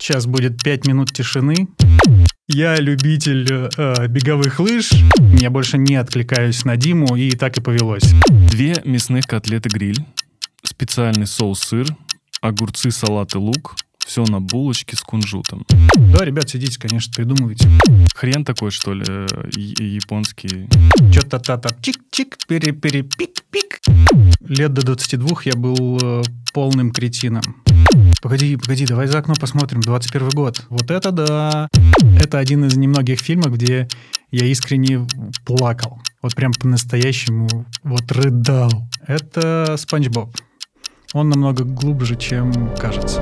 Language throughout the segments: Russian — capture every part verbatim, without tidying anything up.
Сейчас будет пять минут тишины. Я любитель э, беговых лыж. Я больше не откликаюсь на Диму, и так и повелось. Две мясных котлеты гриль, специальный соус-сыр, огурцы, салат и лук. Все на булочке с кунжутом. Да, ребят, сидите, конечно, придумывайте. Хрен такой, что ли, японский. Чё-то та-та чик-чик, пере-пере-пик-пик. Лет до двадцати двух я был э, полным кретином. Погоди, погоди, давай за окно посмотрим. двадцать первый год. Вот это да! Это один из немногих фильмов, где я искренне плакал. Вот прям по-настоящему вот рыдал. Это «Спанч Боб». Он намного глубже, чем кажется.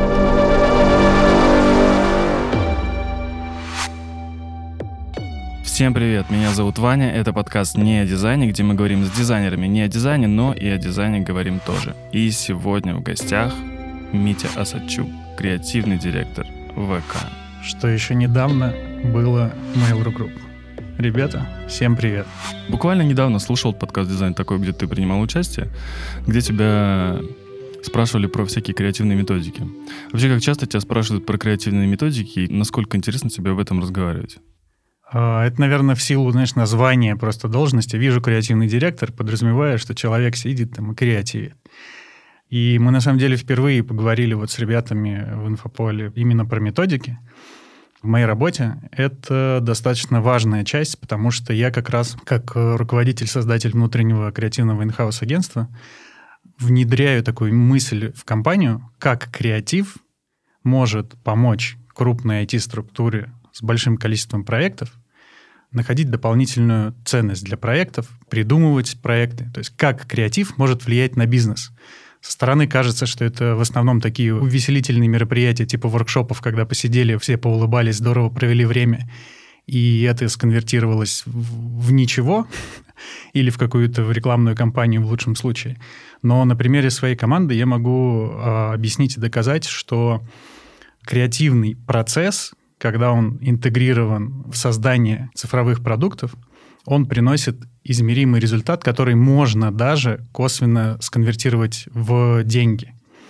Всем привет, меня зовут Ваня, это подкаст «Не о дизайне», где мы говорим с дизайнерами не о дизайне, но и о дизайне говорим тоже. И сегодня в гостях Митя Осадчук, креативный директор ВК. Что еще недавно было Mail.ru Group. Ребята, всем привет. Буквально недавно слушал подкаст «Дизайн такой», где ты принимал участие, где тебя спрашивали про всякие креативные методики. Вообще, как часто тебя спрашивают про креативные методики, и насколько интересно тебе об этом разговаривать? Это, наверное, в силу, знаешь, названия просто должности. Вижу креативный директор, подразумевая, что человек сидит там и креативит. И мы, на самом деле, впервые поговорили вот с ребятами в инфополе именно про методики. В моей работе это достаточно важная часть, потому что я как раз, как руководитель, создатель внутреннего креативного инхаус агентства, внедряю такую мысль в компанию, как креатив может помочь крупной ай ти-структуре с большим количеством проектов находить дополнительную ценность для проектов, придумывать проекты. То есть как креатив может влиять на бизнес. Со стороны кажется, что это в основном такие увеселительные мероприятия типа воркшопов, когда посидели, все поулыбались, здорово провели время, и это сконвертировалось в, в ничего или в какую-то рекламную кампанию в лучшем случае. Но на примере своей команды я могу э, объяснить и доказать, что креативный процесс, когда он интегрирован в создание цифровых продуктов, он приносит измеримый результат, который можно даже косвенно сконвертировать в деньги.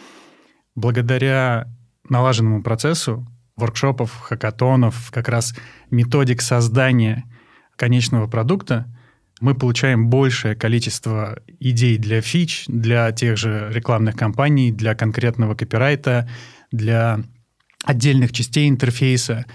Благодаря налаженному процессу воркшопов, хакатонов, как раз методик создания конечного продукта, мы получаем большее количество идей для фич, для тех же рекламных кампаний, для конкретного копирайта, для отдельных частей интерфейса.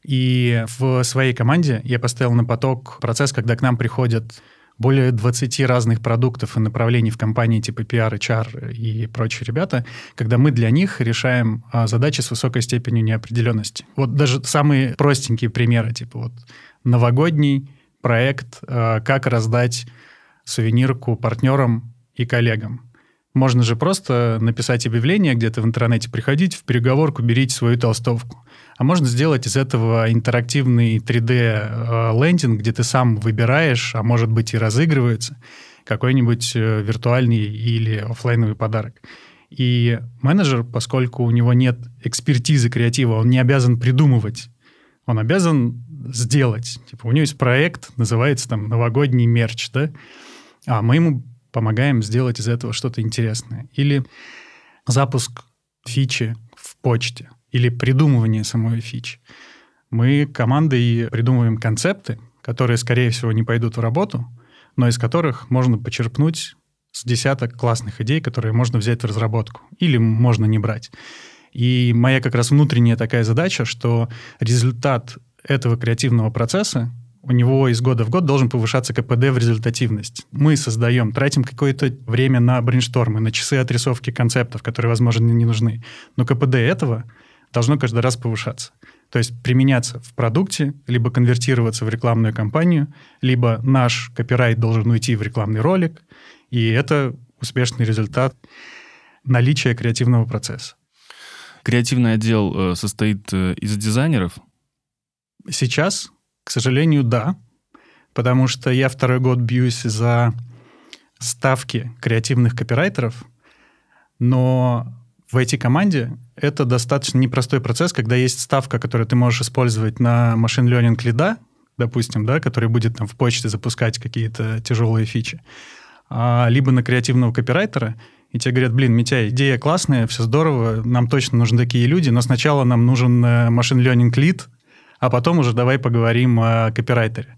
И в своей команде я поставил на поток процесс, когда к нам приходят более двадцати разных продуктов и направлений в компании типа пи ар, эйч ар и прочие ребята, когда мы для них решаем задачи с высокой степенью неопределенности. Вот даже самые простенькие примеры, типа вот новогодний проект, как раздать сувенирку партнерам и коллегам. Можно же просто написать объявление где-то в интернете, приходите в переговорку, берите свою толстовку. А можно сделать из этого интерактивный три дэ-лендинг, где ты сам выбираешь, а может быть и разыгрывается, какой-нибудь виртуальный или офлайновый подарок. И менеджер, поскольку у него нет экспертизы креатива, он не обязан придумывать, он обязан сделать. Типа у него есть проект, называется там «Новогодний мерч», да? А мы ему помогаем сделать из этого что-то интересное. Или запуск фичи в почте, или придумывание самой фичи. Мы командой придумываем концепты, которые, скорее всего, не пойдут в работу, но из которых можно почерпнуть с десяток классных идей, которые можно взять в разработку, или можно не брать. И моя как раз внутренняя такая задача, что результат этого креативного процесса, у него из года в год должен повышаться ка пэ дэ в результативность. Мы создаем, тратим какое-то время на брейнштормы, на часы отрисовки концептов, которые, возможно, не нужны. Но ка пэ дэ этого должно каждый раз повышаться. То есть применяться в продукте, либо конвертироваться в рекламную кампанию, либо наш копирайт должен уйти в рекламный ролик, и это успешный результат наличия креативного процесса. Креативный отдел состоит из дизайнеров? Сейчас, к сожалению, да, потому что я второй год бьюсь за ставки креативных копирайтеров, но в ай ти-команде это достаточно непростой процесс, когда есть ставка, которую ты можешь использовать на машин ленинг лида, допустим, да, который будет там в почте запускать какие-то тяжелые фичи, а, либо на креативного копирайтера, и тебе говорят, блин, Митяй, идея классная, все здорово, нам точно нужны такие люди, но сначала нам нужен машин learning лид, а потом уже давай поговорим о копирайтере.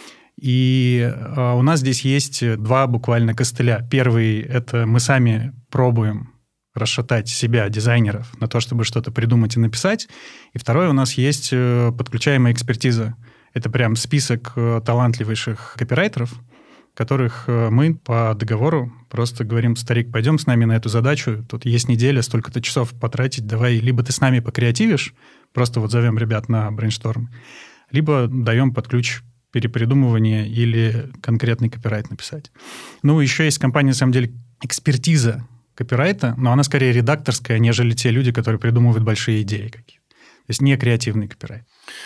И у нас здесь есть два буквально костыля. Первый — это мы сами пробуем расшатать себя, дизайнеров, на то, чтобы что-то придумать и написать. И второе, у нас есть подключаемая экспертиза. Это прям список талантливейших копирайтеров, которых мы по договору просто говорим, старик, пойдем с нами на эту задачу, тут есть неделя, столько-то часов потратить, давай, либо ты с нами покреативишь, просто вот зовем ребят на брейншторм, либо даем под ключ перепридумывание или конкретный копирайт написать. Ну, еще есть компания, на самом деле, экспертиза копирайта, но она скорее редакторская, нежели те люди, которые придумывают большие идеи какие-то. То есть не креативный копирайт.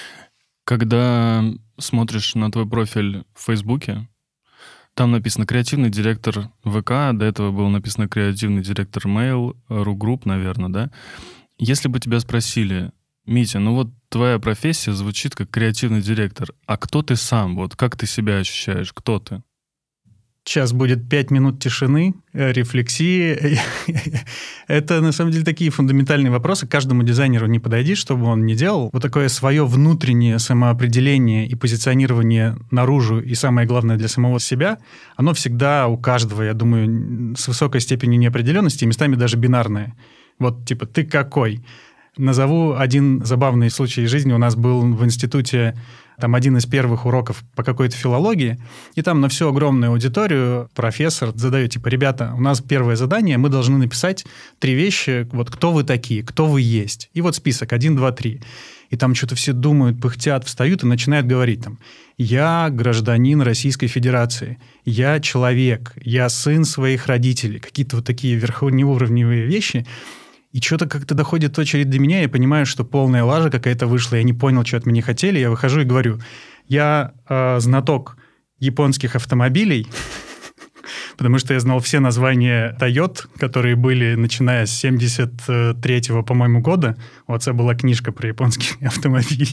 Когда смотришь на твой профиль в Фейсбуке, там написано «креативный директор ВК», до этого был написано «креативный директор Mail.ru Group», наверное, да? Если бы тебя спросили, Митя, ну вот твоя профессия звучит как креативный директор, а кто ты сам? Вот как ты себя ощущаешь? Кто ты? Сейчас будет пять минут тишины, рефлексии. Это, на самом деле, такие фундаментальные вопросы. Каждому дизайнеру не подойди, что бы он ни делал. Вот такое свое внутреннее самоопределение и позиционирование наружу, и самое главное для самого себя, оно всегда у каждого, я думаю, с высокой степенью неопределенности, и местами даже бинарное. Вот, типа, ты какой? Назову один забавный случай из жизни. У нас был в институте там один из первых уроков по какой-то филологии, и там на всю огромную аудиторию профессор задает, типа, ребята, у нас первое задание, мы должны написать три вещи, вот кто вы такие, кто вы есть. И вот список, один, два, три. И там что-то все думают, пыхтят, встают и начинают говорить там, я гражданин Российской Федерации, я человек, я сын своих родителей, какие-то вот такие верхнеуровневые вещи. И что-то как-то доходит очередь до меня, я понимаю, что полная лажа какая-то вышла, я не понял, что от меня хотели, я выхожу и говорю, я э, знаток японских автомобилей, потому что я знал все названия Toyota, которые были, начиная с семьдесят третьего, по-моему, года. У отца была книжка про японские автомобили.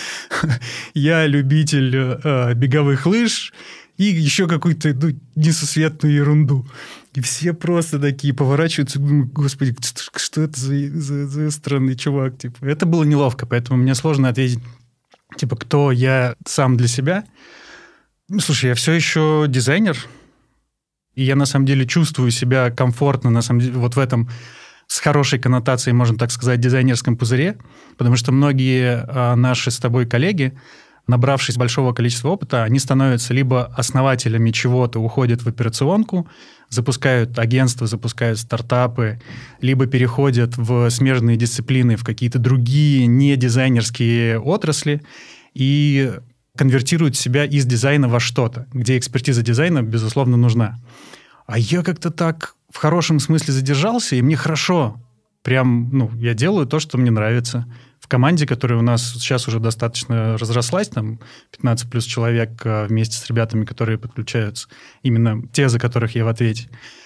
Я любитель э, беговых лыж и еще какую-то ну, несусветную ерунду. И все просто такие поворачиваются, думают, господи, что это за, за, за странный чувак? Типа, это было неловко, поэтому мне сложно ответить, типа, кто я сам для себя. Ну, слушай, я все еще дизайнер, и я на самом деле чувствую себя комфортно, на самом деле, вот в этом с хорошей коннотацией, можно так сказать, дизайнерском пузыре, потому что многие а, наши с тобой коллеги, набравшись большого количества опыта, они становятся либо основателями чего-то, уходят в операционку, запускают агентства, запускают стартапы, либо переходят в смежные дисциплины, в какие-то другие недизайнерские отрасли и конвертируют себя из дизайна во что-то, где экспертиза дизайна, безусловно, нужна. А я как-то так в хорошем смысле задержался, и мне хорошо. Прям, ну, я делаю то, что мне нравится. В команде, которая у нас сейчас уже достаточно разрослась, там пятнадцать плюс человек вместе с ребятами, которые подключаются, именно те, за которых я в ответе.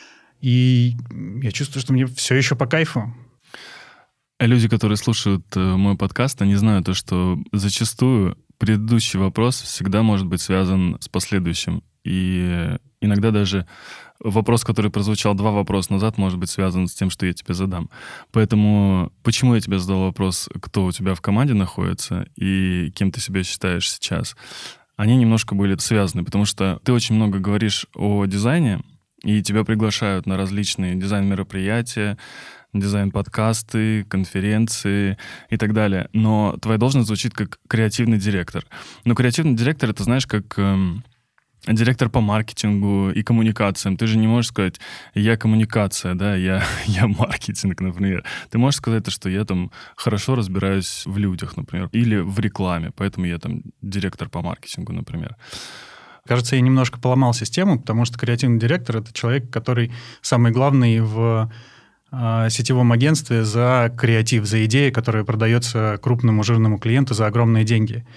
И я чувствую, что мне все еще по кайфу. Люди, которые слушают мой подкаст, они знают то, что зачастую предыдущий вопрос всегда может быть связан с последующим. И иногда даже вопрос, который прозвучал два вопроса назад, может быть связан с тем, что я тебе задам. Поэтому почему я тебе задал вопрос, кто у тебя в команде находится и кем ты себя считаешь сейчас, они немножко были связаны, потому что ты очень много говоришь о дизайне, и тебя приглашают на различные дизайн-мероприятия, дизайн-подкасты, конференции и так далее. Но твоя должность звучит как креативный директор. Но креативный директор — это, знаешь, как эм, директор по маркетингу и коммуникациям. Ты же не можешь сказать, я коммуникация, да, я, я маркетинг, например. Ты можешь сказать, что я там хорошо разбираюсь в людях, например, или в рекламе, поэтому я там директор по маркетингу, например. Кажется, я немножко поломал систему, потому что креативный директор — это человек, который самый главный в сетевом агентстве за креатив, за идею, которая продается крупному жирному клиенту за огромные деньги.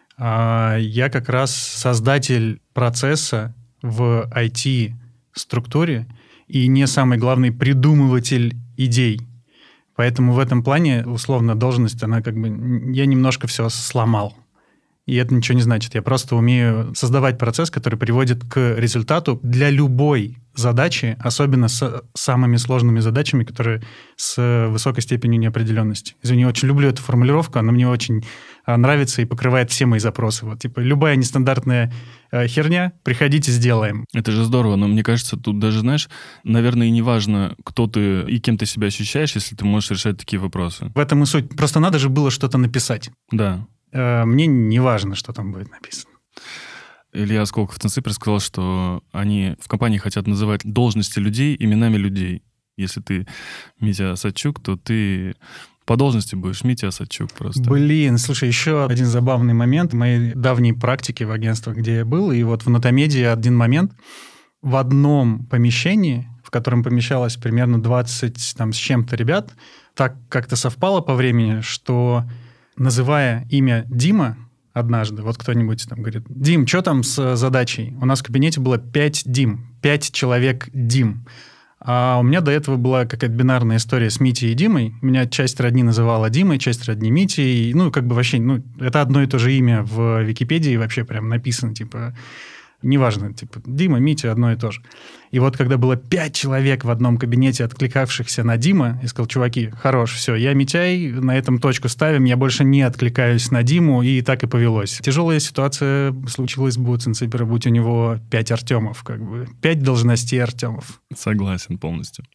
Я как раз создатель процесса в ай ти-структуре и не самый главный придумыватель идей. Поэтому в этом плане, условно, должность, она как бы... Я немножко все сломал. и это ничего не значит. Я просто умею создавать процесс, который приводит к результату для любой задачи, особенно с самыми сложными задачами, которые с высокой степенью неопределенности. Извини, очень люблю эту формулировку, она мне очень нравится и покрывает все мои запросы. Вот, типа, любая нестандартная э, херня, приходите, сделаем. Это же здорово, но мне кажется, тут даже, знаешь, наверное, и не важно, кто ты и кем ты себя ощущаешь, если ты можешь решать такие вопросы. В этом и суть. Просто надо же было что-то написать. Да. Э, мне не важно, что там будет написано. Илья Осколков на ЦИПРе сказал, что они в компании хотят называть должности людей именами людей. Если ты Митя Осадчук, то ты по должности будешь Митя Осадчук просто. Блин, слушай, еще один забавный момент в моей давней практике в агентствах, где я был, и вот в Нотамедии один момент. В одном помещении, в котором помещалось примерно двадцать там, с чем-то ребят, так как-то совпало по времени, что, называя имя Дима, однажды, вот кто-нибудь там говорит: «Дим, что там с задачей?» У нас в кабинете было пять Дим, пять человек Дим. А у меня до этого была какая-то бинарная история с Митей и Димой. Меня часть родни называла Димой, часть родни Митей. Ну, как бы вообще, ну, это одно и то же имя в Википедии вообще прям написано, типа... Неважно, типа, Дима, Митя, одно и то же. И вот когда было пять человек в одном кабинете, откликавшихся на Дима, я сказал: чуваки, хорош, все, я Митяй, на этом точку ставим, я больше не откликаюсь на Диму, и так и повелось. Тяжелая ситуация случилась бы у Цинципера, будь у него пять Артемов, как бы, пять должностей Артемов. Согласен полностью.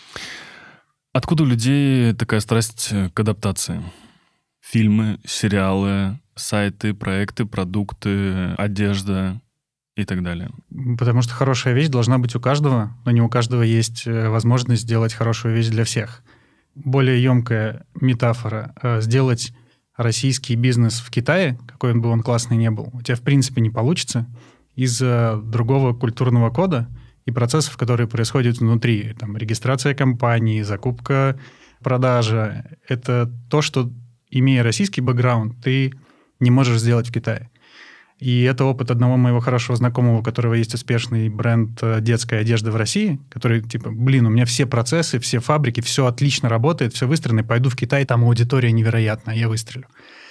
Откуда у людей такая страсть к адаптации? Фильмы, сериалы, сайты, проекты, продукты, одежда... и так далее. Потому что хорошая вещь должна быть у каждого, но не у каждого есть возможность сделать хорошую вещь для всех. Более емкая метафора. Сделать российский бизнес в Китае, какой бы он классный ни был, у тебя в принципе не получится из-за другого культурного кода и процессов, которые происходят внутри. Там, регистрация компании, закупка, продажа. Это то, что, имея российский бэкграунд, ты не можешь сделать в Китае. И это опыт одного моего хорошего знакомого, у которого есть успешный бренд детской одежды в России, который, типа, блин, у меня все процессы, все фабрики, все отлично работает, все выстроено, пойду в Китай, там аудитория невероятная, я выстрелю.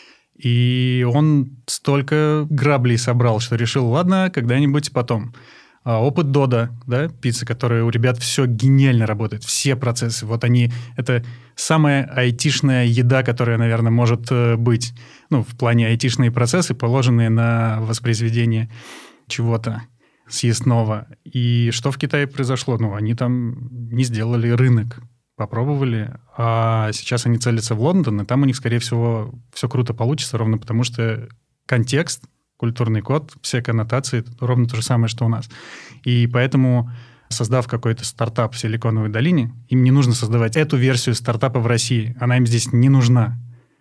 И он столько граблей собрал, что решил: ладно, когда-нибудь потом. А опыт Дода, да, пицца, которая у ребят все гениально работает, все процессы. Вот они, это самая айтишная еда, которая, наверное, может быть. Ну, в плане айтишные процессы, положенные на воспроизведение чего-то съестного. И что в Китае произошло? Ну, они там не сделали рынок, попробовали, а сейчас они целятся в Лондон, и там у них, скорее всего, все круто получится, ровно потому что контекст, культурный код, все коннотации — ровно то же самое, что у нас. И поэтому, создав какой-то стартап в Силиконовой долине, им не нужно создавать эту версию стартапа в России. Она им здесь не нужна.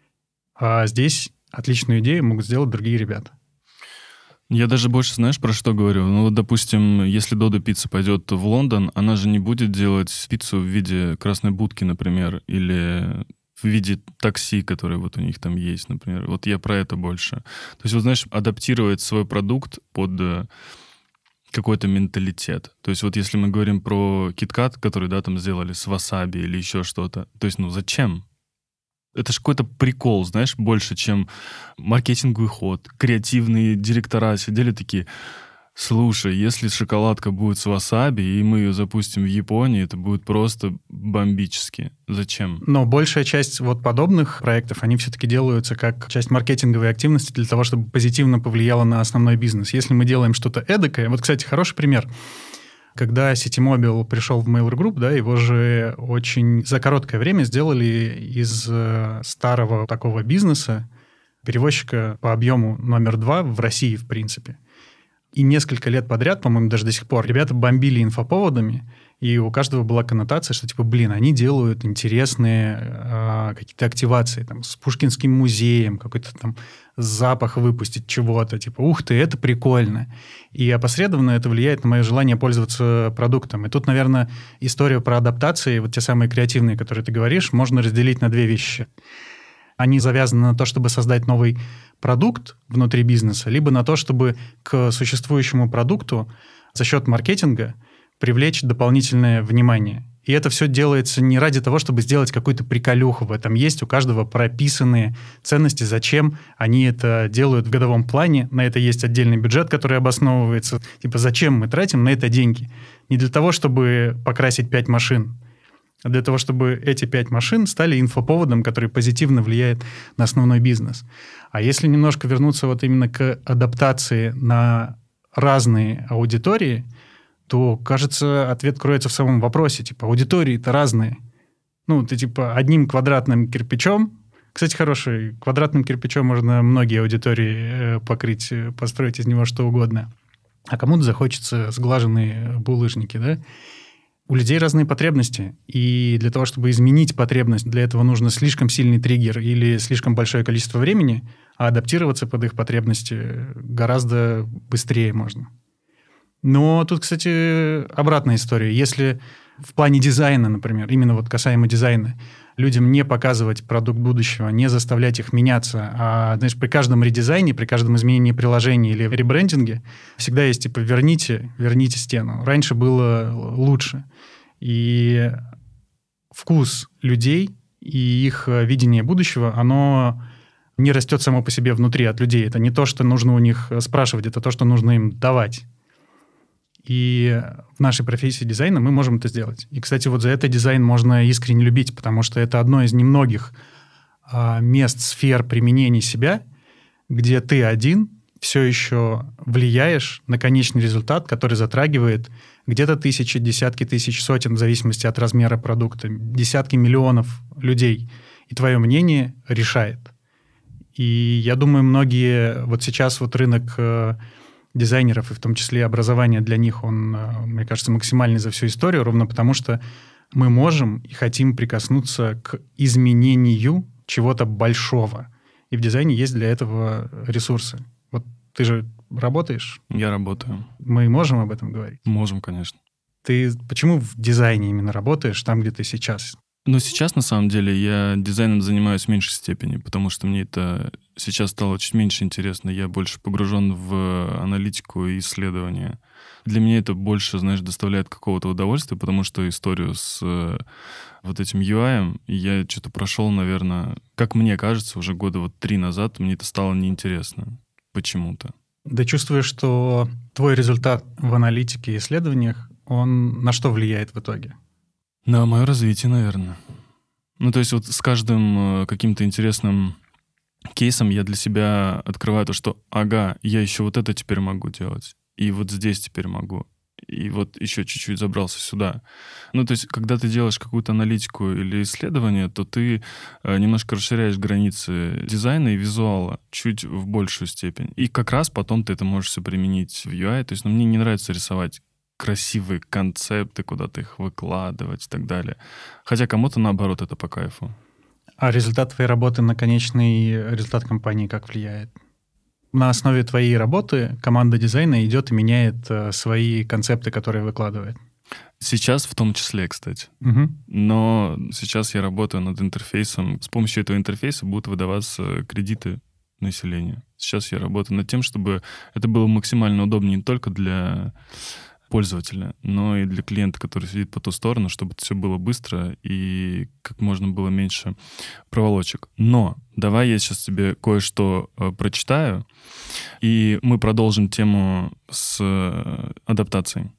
А здесь отличную идею могут сделать другие ребята. Я даже больше, знаешь, про что говорю? Ну, вот, допустим, если Додо Пицца пойдет в Лондон, она же не будет делать пиццу в виде красной будки, например, или в виде такси, которое вот у них там есть, например. Вот я про это больше. То есть, вот, знаешь, адаптировать свой продукт под какой-то менталитет. То есть вот если мы говорим про KitKat, который, да, там сделали с васаби или еще что-то, то есть, ну, зачем? Это же какой-то прикол, знаешь, больше, чем маркетинговый ход. Креативные директора сидели такие: слушай, если шоколадка будет с васаби, и мы ее запустим в Японии, это будет просто бомбически. Зачем? Но большая часть вот подобных проектов, они все-таки делаются как часть маркетинговой активности для того, чтобы позитивно повлияло на основной бизнес. Если мы делаем что-то эдакое... Вот, кстати, хороший пример. Когда Ситимобил пришел в Mail.ru Group, да, его же очень за короткое время сделали из э, старого такого бизнеса перевозчика по объему номер два в России, в принципе. И несколько лет подряд, по-моему, даже до сих пор, ребята бомбили инфоповодами, и у каждого была коннотация, что, типа, блин, они делают интересные э, какие-то активации, там, с Пушкинским музеем, какой-то там запах выпустить чего-то, типа, ух ты, это прикольно. И опосредованно это влияет на мое желание пользоваться продуктом. И тут, наверное, историю про адаптации, вот те самые креативные, которые ты говоришь, можно разделить на две вещи. Они завязаны на то, чтобы создать новый продукт внутри бизнеса, либо на то, чтобы к существующему продукту за счет маркетинга привлечь дополнительное внимание. И это все делается не ради того, чтобы сделать какую-то приколюху. В этом есть у каждого прописанные ценности, зачем они это делают в годовом плане. На это есть отдельный бюджет, который обосновывается. Типа, зачем мы тратим на это деньги? Не для того, чтобы покрасить пять машин, а для того, чтобы эти пять машин стали инфоповодом, который позитивно влияет на основной бизнес. А если немножко вернуться вот именно к адаптации на разные аудитории, то, кажется, ответ кроется в самом вопросе. Типа, аудитории-то разные. Ну, ты типа одним квадратным кирпичом... Кстати, хороший. Квадратным кирпичом можно многие аудитории покрыть, построить из него что угодно. А кому-то захочется сглаженные булыжники, да? У людей разные потребности. И для того, чтобы изменить потребность, для этого нужно слишком сильный триггер или слишком большое количество времени, а адаптироваться под их потребности гораздо быстрее можно. Но тут, кстати, обратная история. Если в плане дизайна, например, именно вот касаемо дизайна, людям не показывать продукт будущего, не заставлять их меняться, а, знаешь, при каждом редизайне, при каждом изменении приложения или ребрендинге всегда есть типа «верните, верните стену». Раньше было лучше. И вкус людей и их видение будущего, оно не растет само по себе внутри от людей. Это не то, что нужно у них спрашивать, это то, что нужно им давать. И в нашей профессии дизайна мы можем это сделать. И, кстати, вот за это дизайн можно искренне любить, потому что это одно из немногих а, мест, сфер применения себя, где ты один все еще влияешь на конечный результат, который затрагивает где-то тысячи, десятки тысяч, сотен, в зависимости от размера продукта, десятки миллионов людей. И твое мнение решает. И я думаю, многие... Вот сейчас вот рынок... дизайнеров, и в том числе образование для них, он, мне кажется, максимальный за всю историю, ровно потому что мы можем и хотим прикоснуться к изменению чего-то большого. И в дизайне есть для этого ресурсы. Вот ты же работаешь? Я работаю. Мы можем об этом говорить? Можем, конечно. Ты почему в дизайне именно работаешь, там, где ты сейчас? Ну, сейчас, на самом деле, я дизайном занимаюсь в меньшей степени, потому что мне это сейчас стало чуть меньше интересно. Я больше погружен в аналитику и исследования. Для меня это больше, знаешь, доставляет какого-то удовольствия, потому что историю с вот этим ю ай я что-то прошел, наверное, как мне кажется, уже года вот три назад, мне это стало неинтересно почему-то. Да чувствуешь, что твой результат в аналитике и исследованиях, он на что влияет в итоге? На мое развитие, наверное. Ну, то есть вот с каждым каким-то интересным кейсом я для себя открываю то, что ага, я еще вот это теперь могу делать, и вот здесь теперь могу, и вот еще чуть-чуть забрался сюда. Ну, то есть когда ты делаешь какую-то аналитику или исследование, то ты немножко расширяешь границы дизайна и визуала чуть в большую степень. И как раз потом ты это можешь все применить в ю ай. То есть ну, мне не нравится рисовать красивые концепты, куда-то их выкладывать и так далее. Хотя кому-то, наоборот, это по кайфу. А результат твоей работы на конечный результат компании как влияет? На основе твоей работы команда дизайна идет и меняет э, свои концепты, которые выкладывает. Сейчас в том числе, кстати. Угу. Но сейчас я работаю над интерфейсом. С помощью этого интерфейса будут выдаваться кредиты населению. Сейчас я работаю над тем, чтобы это было максимально удобно не только для пользователя, но и для клиента, который сидит по ту сторону, чтобы это все было быстро и как можно было меньше проволочек. Но давай я сейчас тебе кое-что э, прочитаю, и мы продолжим тему с э, адаптацией.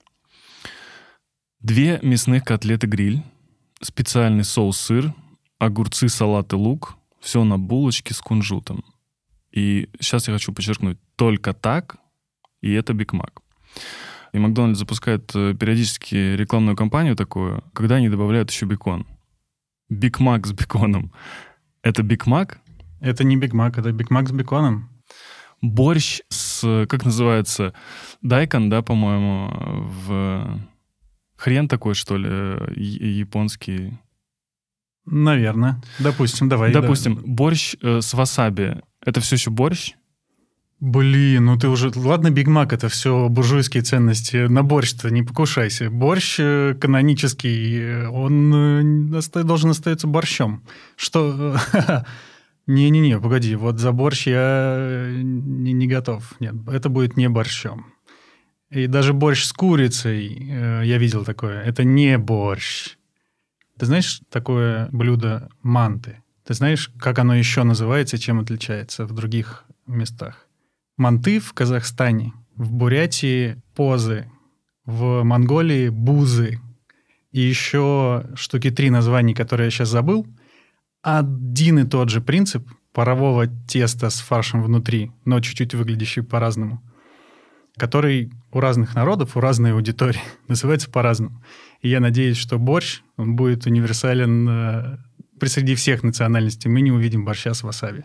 Две мясных котлеты-гриль, специальный соус-сыр, огурцы, салат и лук, все на булочке с кунжутом. И сейчас я хочу подчеркнуть, только так, и это Биг Мак. И Макдональдс запускает периодически рекламную кампанию такую, когда они добавляют еще бекон. Биг Мак с беконом. Это Биг Мак? Это не Биг Мак, это Биг Мак с беконом. Борщ с, как называется, дайкон, да, по-моему, в... Хрен такой, что ли, японский. Наверное. Допустим, давай. Допустим, да. борщ э, с васаби. Это все еще борщ? Блин, ну ты уже... Ладно, Биг Мак — это все буржуйские ценности. На борщ-то не покушайся. Борщ канонический, он должен остаться борщом. Что... Не-не-не, погоди, вот за борщ я не, не готов. Нет, это будет не борщом. И даже борщ с курицей, я видел такое, это не борщ. Ты знаешь такое блюдо манты? Ты знаешь, как оно еще называется и чем отличается в других местах? Манты в Казахстане, в Бурятии позы, в Монголии бузы и еще штуки три названий, которые я сейчас забыл. Один и тот же принцип парового теста с фаршем внутри, но чуть-чуть выглядящий по-разному, который у разных народов, у разной аудитории называется по-разному. И я надеюсь, что борщ, он будет универсален э, среди всех национальностей. Мы не увидим борща с васаби.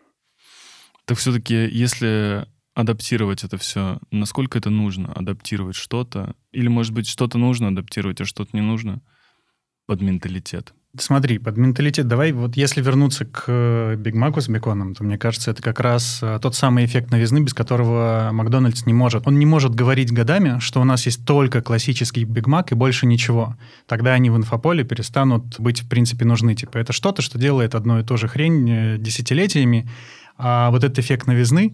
Так все-таки, если адаптировать это все, насколько это нужно? Адаптировать что-то? Или, может быть, что-то нужно адаптировать, а что-то не нужно? Под менталитет. Смотри, под менталитет. Давай, вот если вернуться к Биг Маку с беконом, то мне кажется, это как раз тот самый эффект новизны, без которого Макдональдс не может. Он не может говорить годами, что у нас есть только классический Биг Мак и больше ничего. Тогда они в инфополе перестанут быть, в принципе, нужны. Типа это что-то, что делает одну и ту же хрень десятилетиями. А вот этот эффект новизны,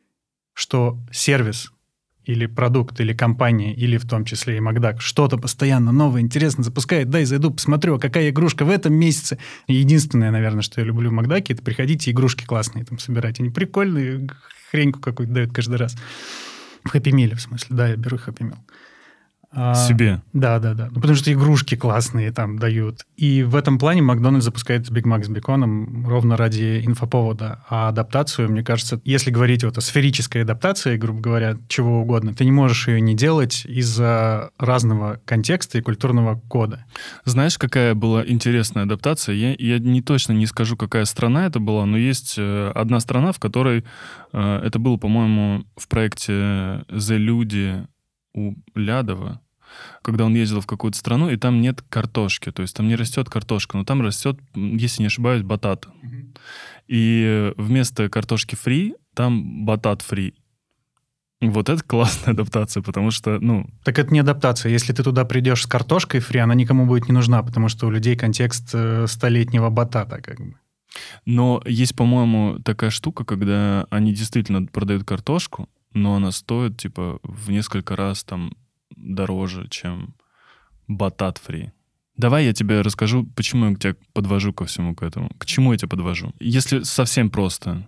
что сервис или продукт, или компания, или в том числе и Макдак, что-то постоянно новое, интересно запускает, дай зайду, посмотрю, какая игрушка в этом месяце. Единственное, наверное, что я люблю в Макдаке, это приходите игрушки классные там собирать. Они прикольные, хреньку какую-то дают каждый раз. В Хэппи Миле, в смысле, да, я беру Хэппи Мил. Себе? Да, да, да. Ну, потому что игрушки классные там дают. И в этом плане Макдональдс запускает Биг Мак с беконом ровно ради инфоповода. А адаптацию, мне кажется, если говорить вот о сферической адаптации, грубо говоря, чего угодно, ты не можешь ее не делать из-за разного контекста и культурного кода. Знаешь, какая была интересная адаптация? Я, я не точно не скажу, какая страна это была, но есть одна страна, в которой э, это было, по-моему, в проекте «The Люди» у Лядова, когда он ездил в какую-то страну, и там нет картошки, то есть там не растет картошка, но там растет, если не ошибаюсь, батат. Mm-hmm. И вместо картошки фри там батат фри. Вот это классная адаптация, потому что, ну... Так это не адаптация. Если ты туда придешь с картошкой фри, она никому будет не нужна, потому что у людей контекст столетнего батата, как бы. Но есть, по-моему, такая штука, когда они действительно продают картошку, но она стоит, типа, в несколько раз там дороже, чем батат фри. Давай я тебе расскажу, почему я тебя подвожу ко всему к этому. К чему я тебя подвожу? Если совсем просто.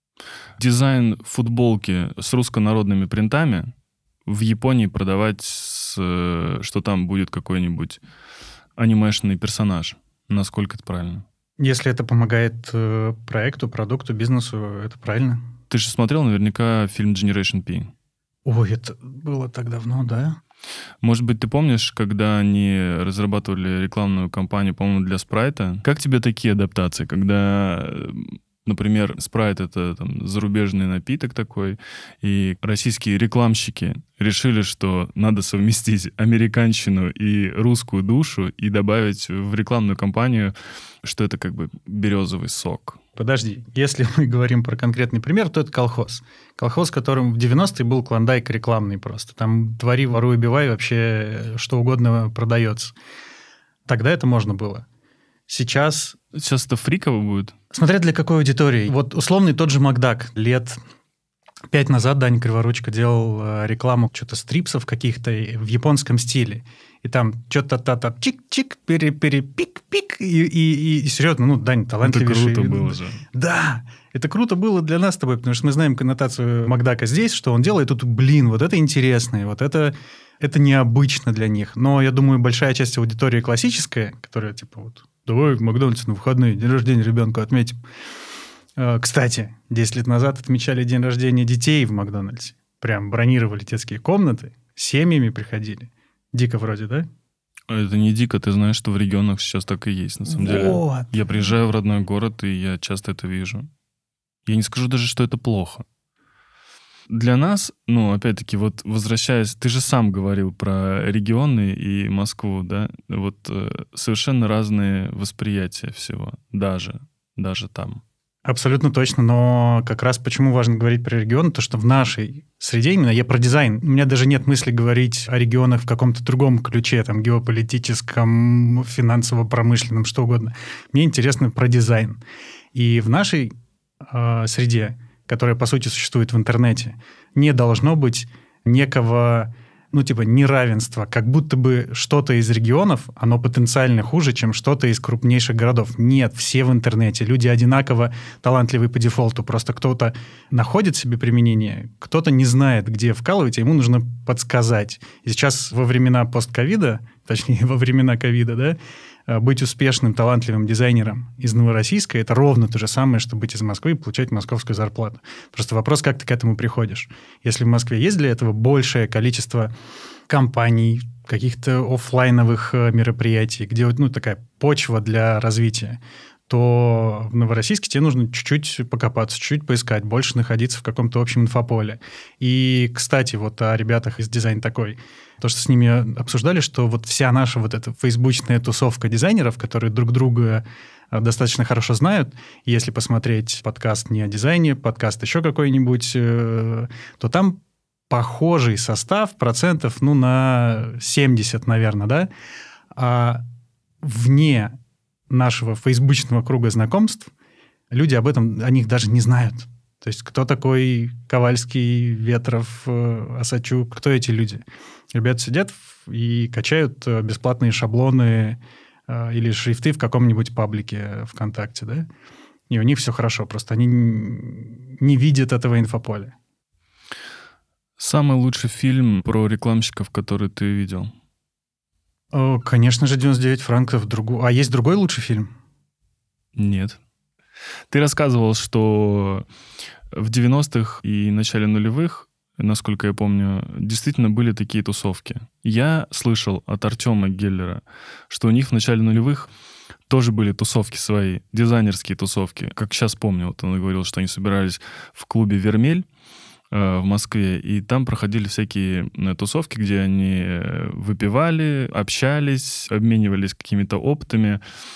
Дизайн футболки с руссконародными принтами в Японии продавать, с, что там будет какой-нибудь анимешный персонаж. Насколько это правильно? Если это помогает э, проекту, продукту, бизнесу, это правильно. Ты же смотрел наверняка фильм Generation P. Ой, это было так давно, да? Может быть, ты помнишь, когда они разрабатывали рекламную кампанию, по-моему, для Спрайта? Как тебе такие адаптации, когда, например, Спрайт — это там зарубежный напиток такой, и российские рекламщики решили, что надо совместить американщину и русскую душу и добавить в рекламную кампанию, что это как бы березовый сок? Подожди, если мы говорим про конкретный пример, то это колхоз. Колхоз, которым в девяностые был клондайк рекламный просто. Там твори, воруй, убивай, вообще что угодно продается. Тогда это можно было. Сейчас... Сейчас это фриково будет? Смотря для какой аудитории. Вот условный тот же Макдак. Лет пять назад Даня Криворучко делал рекламу что-то стрипсов каких-то в японском стиле. И там что-то та-та чик-чик, пере-пере-пик-пик. И, и, и серьезно, ну, Дань талантливейший. Это круто было же. Да, это круто было для нас с тобой, потому что мы знаем коннотацию Макдака здесь, что он делает. Тут, блин, вот это интересно, и вот это, это необычно для них. Но я думаю, большая часть аудитории классическая, которая типа вот, давай в Макдональдсе на выходные день рождения ребенка отметим. Кстати, десять лет назад отмечали день рождения детей в Макдональдсе. Прям бронировали детские комнаты, семьями приходили. Дико вроде, да? Это не дико, ты знаешь, что в регионах сейчас так и есть, на самом вот. деле. Я приезжаю в родной город, и я часто это вижу. Я не скажу даже, что это плохо. Для нас, ну, опять-таки, вот возвращаясь, ты же сам говорил про регионы и Москву, да? Вот э, совершенно разные восприятия всего, даже, даже там. Абсолютно точно, но как раз почему важно говорить про регионы, то что в нашей среде, именно я про дизайн, у меня даже нет мысли говорить о регионах в каком-то другом ключе, там, геополитическом, финансово-промышленном, что угодно. Мне интересно про дизайн. И в нашей э, среде, которая, по сути, существует в интернете, не должно быть некого ну, типа, неравенство. Как будто бы что-то из регионов, оно потенциально хуже, чем что-то из крупнейших городов. Нет, все в интернете. Люди одинаково талантливы по дефолту. Просто кто-то находит себе применение, кто-то не знает, где вкалывать, и ему нужно подсказать. И сейчас во времена постковида, точнее, во времена ковида, да, быть успешным, талантливым дизайнером из Новороссийска — это ровно то же самое, что быть из Москвы и получать московскую зарплату. Просто вопрос, как ты к этому приходишь. Если в Москве есть для этого большее количество компаний, каких-то офлайновых мероприятий, где вот, ну, такая почва для развития, то в Новороссийске тебе нужно чуть-чуть покопаться, чуть-чуть поискать, больше находиться в каком-то общем инфополе. И, кстати, вот о ребятах из «Дизайн такой». То, что с ними обсуждали, что вот вся наша вот эта фейсбучная тусовка дизайнеров, которые друг друга достаточно хорошо знают, если посмотреть подкаст не о дизайне, подкаст еще какой-нибудь, то там похожий состав процентов, ну, на семьдесят, наверное, да? А вне нашего фейсбучного круга знакомств люди об этом, о них даже не знают. То есть кто такой Ковальский, Ветров, Осадчук, кто эти люди? Ребята сидят и качают бесплатные шаблоны или шрифты в каком-нибудь паблике ВКонтакте, да? И у них все хорошо, просто они не видят этого инфополя. Самый лучший фильм про рекламщиков, который ты видел? О, конечно же, девяносто девять франков. Другу... А есть другой лучший фильм? Нет. Ты рассказывал, что в девяностых и начале нулевых, насколько я помню, действительно были такие тусовки. Я слышал от Артема Геллера, что у них в начале нулевых тоже были тусовки свои, дизайнерские тусовки. Как сейчас помню, вот он говорил, что они собирались в клубе «Вермель» в Москве, и там проходили всякие тусовки, где они выпивали, общались, обменивались какими-то опытами.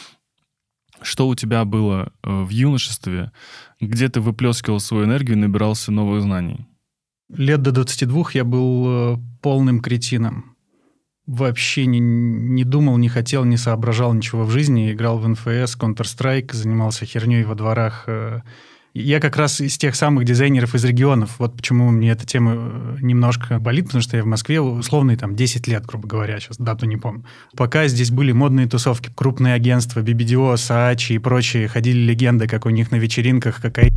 Что у тебя было в юношестве, где ты выплескивал свою энергию и набирался новых знаний? Лет до двадцати двух я был полным кретином. Вообще не, не думал, не хотел, не соображал ничего в жизни. Играл в эн эф эс, Counter-Strike, занимался херней во дворах. Я как раз из тех самых дизайнеров из регионов. Вот почему мне эта тема немножко болит, потому что я в Москве условные там десять лет, грубо говоря, сейчас дату не помню. Пока здесь были модные тусовки, крупные агентства, би би ди о, Saatchi и прочие, ходили легенды, как у них на вечеринках какая...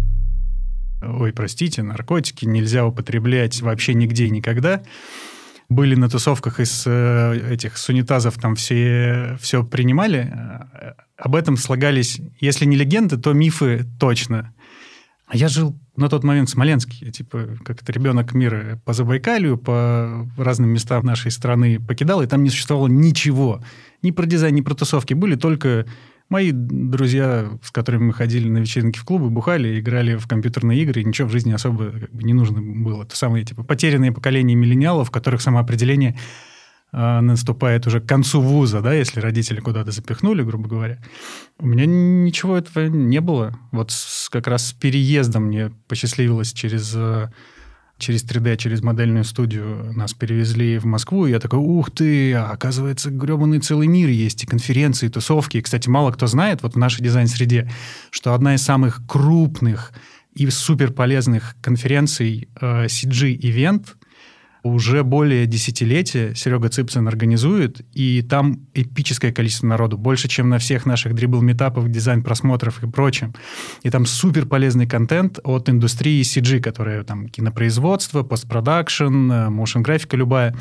Ой, простите, наркотики нельзя употреблять вообще нигде и никогда. Были на тусовках из э, этих с унитазов, там все, все принимали. Об этом слагались, если не легенды, то мифы точно. А я жил на тот момент в Смоленске. Я, типа, как это ребенок мира, по Забайкалью, по разным местам нашей страны покидал, и там не существовало ничего. Ни про дизайн, ни про тусовки. Были только мои друзья, с которыми мы ходили на вечеринки в клубы, бухали, играли в компьютерные игры, и ничего в жизни особо как бы не нужно было. Это самые, типа, потерянные поколения миллениалов, в которых самоопределение э, наступает уже к концу вуза, да, если родители куда-то запихнули, грубо говоря. У меня ничего этого не было. Вот с, как раз с переездом мне посчастливилось через... Э, через три дэ, через модельную студию нас перевезли в Москву, и я такой, ух ты, оказывается, гребаный целый мир есть, и конференции, и тусовки. И, кстати, мало кто знает, вот в нашей дизайн-среде, что одна из самых крупных и суперполезных конференций э, си джи Event уже более десятилетия Серега Цыпцин организует, и там эпическое количество народу, больше, чем на всех наших дрибл-метапах, дизайн-просмотров и прочем. И там суперполезный контент от индустрии си джи, которая там кинопроизводство, постпродакшн, моушн-графика любая.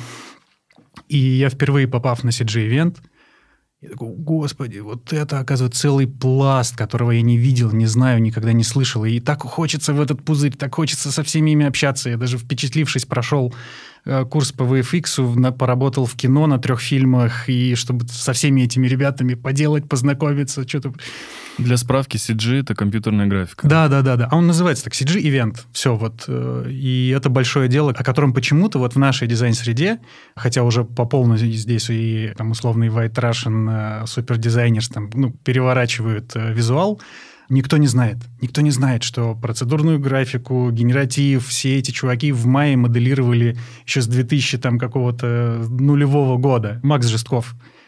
И я впервые, попав на си джи Event, я такой, господи, вот это, оказывается, целый пласт, которого я не видел, не знаю, никогда не слышал. И так хочется в этот пузырь, так хочется со всеми ими общаться. Я даже, впечатлившись, прошел э, курс по ви эф икс, на, поработал в кино на трех фильмах, и чтобы со всеми этими ребятами поделать, познакомиться, что-то... Для справки, си джи — это компьютерная графика. Да, да, да, да. А он называется так, си джи Event. Все вот. И это большое дело, о котором почему-то вот в нашей дизайн-среде, хотя уже по полной здесь и там условный White Russian супердизайнерс там, ну, переворачивают визуал, никто не знает. Никто не знает, что процедурную графику, генератив, все эти чуваки в мае моделировали еще с две тысячи там какого-то нулевого года. Макс Жестков.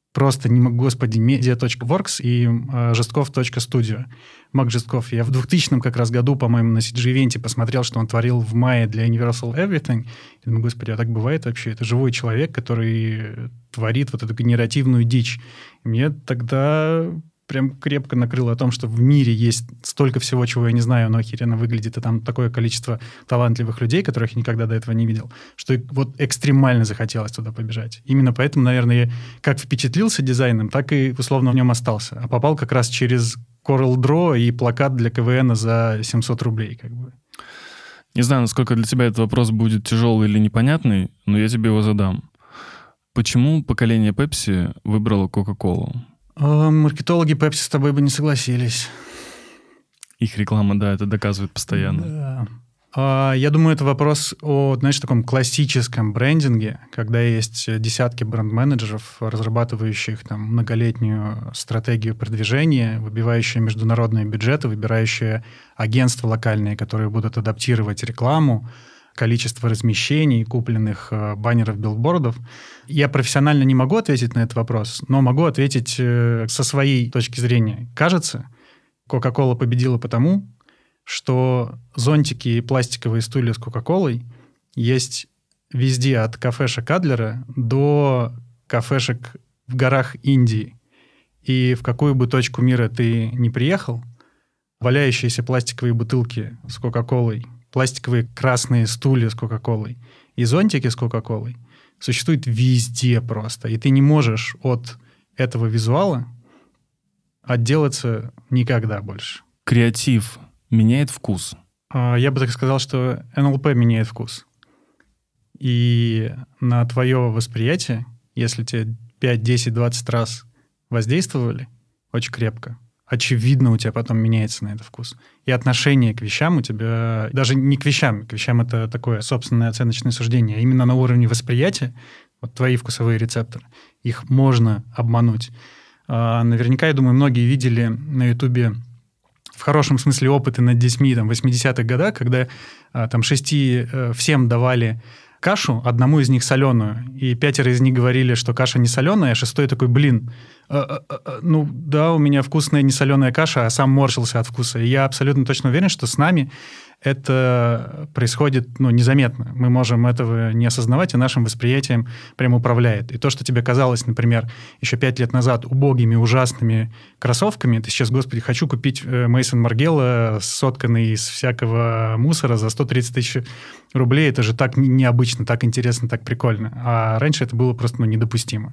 Просто, не могу, господи, media.works и э, жестков.studio. Мак Жестков. Я в двухтысячном как раз году, по-моему, на си джи-ивенте посмотрел, что он творил в мае для Universal Everything. И думаю, господи, а так бывает вообще? Это живой человек, который творит вот эту генеративную дичь. И мне тогда прям крепко накрыло о том, что в мире есть столько всего, чего я не знаю, но охеренно выглядит, и там такое количество талантливых людей, которых я никогда до этого не видел, что вот экстремально захотелось туда побежать. Именно поэтому, наверное, я как впечатлился дизайном, так и условно в нем остался. А попал как раз через Corel Draw и плакат для КВН за семьсот рублей. Как бы. Не знаю, насколько для тебя этот вопрос будет тяжелый или непонятный, но я тебе его задам. Почему поколение Pepsi выбрало Coca-Cola? Маркетологи Pepsi с тобой бы не согласились. Их реклама, да, это доказывает постоянно. Да. А, я думаю, это вопрос о, знаешь, таком классическом брендинге, когда есть десятки бренд-менеджеров, разрабатывающих там многолетнюю стратегию продвижения, выбивающие международные бюджеты, выбирающие агентства локальные, которые будут адаптировать рекламу, количество размещений, купленных э, баннеров, билбордов. Я профессионально не могу ответить на этот вопрос, но могу ответить э, со своей точки зрения. Кажется, Coca-Cola победила потому, что зонтики и пластиковые стулья с Кока-Колой есть везде, от кафешек Адлера до кафешек в горах Индии. И в какую бы точку мира ты ни приехал, валяющиеся пластиковые бутылки с Кока-Колой, пластиковые красные стулья с Кока-Колой и зонтики с Кока-Колой существуют везде просто. И ты не можешь от этого визуала отделаться никогда больше. Креатив меняет вкус? Я бы так сказал, что эн эл пи меняет вкус. И на твое восприятие, если тебе пять, десять, двадцать раз воздействовали очень крепко, очевидно, у тебя потом меняется на это вкус. И отношение к вещам у тебя... Даже не к вещам. К вещам это такое собственное оценочное суждение. А именно на уровне восприятия, вот твои вкусовые рецепторы, их можно обмануть. А, наверняка, я думаю, многие видели на Ютубе в хорошем смысле опыты над детьми там, в восьмидесятых годах, когда а, там шести а, всем давали кашу, одному из них соленую, и пятеро из них говорили, что каша не соленая, а шестой такой, блин, а, а, а, ну да, у меня вкусная несоленая каша, а сам морщился от вкуса. И я абсолютно точно уверен, что с нами это происходит ну, незаметно. Мы можем этого не осознавать, и нашим восприятием прям управляет. И то, что тебе казалось, например, еще пять лет назад убогими, ужасными кроссовками, ты сейчас, господи, хочу купить Мейсон Маргелло, сотканный из всякого мусора за сто тридцать тысяч рублей. Это же так необычно, так интересно, так прикольно. А раньше это было просто ну, недопустимо.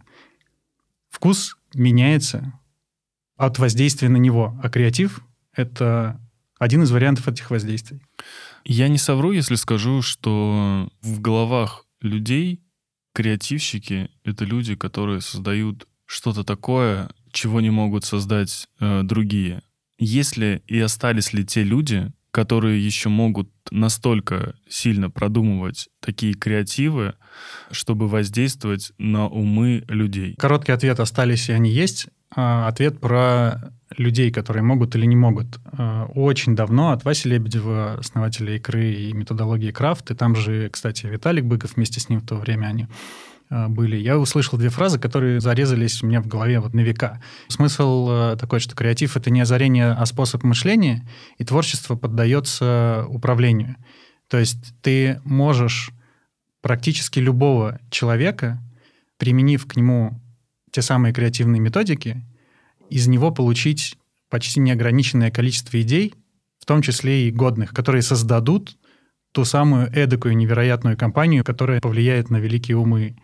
Вкус меняется от воздействия на него, а креатив — это один из вариантов этих воздействий. Я не совру, если скажу, что в головах людей креативщики — это люди, которые создают что-то такое, чего не могут создать э, другие. Есть ли и остались ли те люди, которые еще могут настолько сильно продумывать такие креативы, чтобы воздействовать на умы людей? Короткий ответ: остались и они есть. А ответ про людей, которые могут или не могут. Очень давно от Васи Лебедева, основателя икры и методологии крафт, и там же, кстати, Виталик Быков, вместе с ним в то время они были, я услышал две фразы, которые зарезались у меня в голове вот на века. Смысл такой, что креатив — это не озарение, а способ мышления, и творчество поддается управлению. То есть ты можешь практически любого человека, применив к нему те самые креативные методики, из него получить почти неограниченное количество идей, в том числе и годных, которые создадут ту самую эдакую невероятную компанию, которая повлияет на великие умы.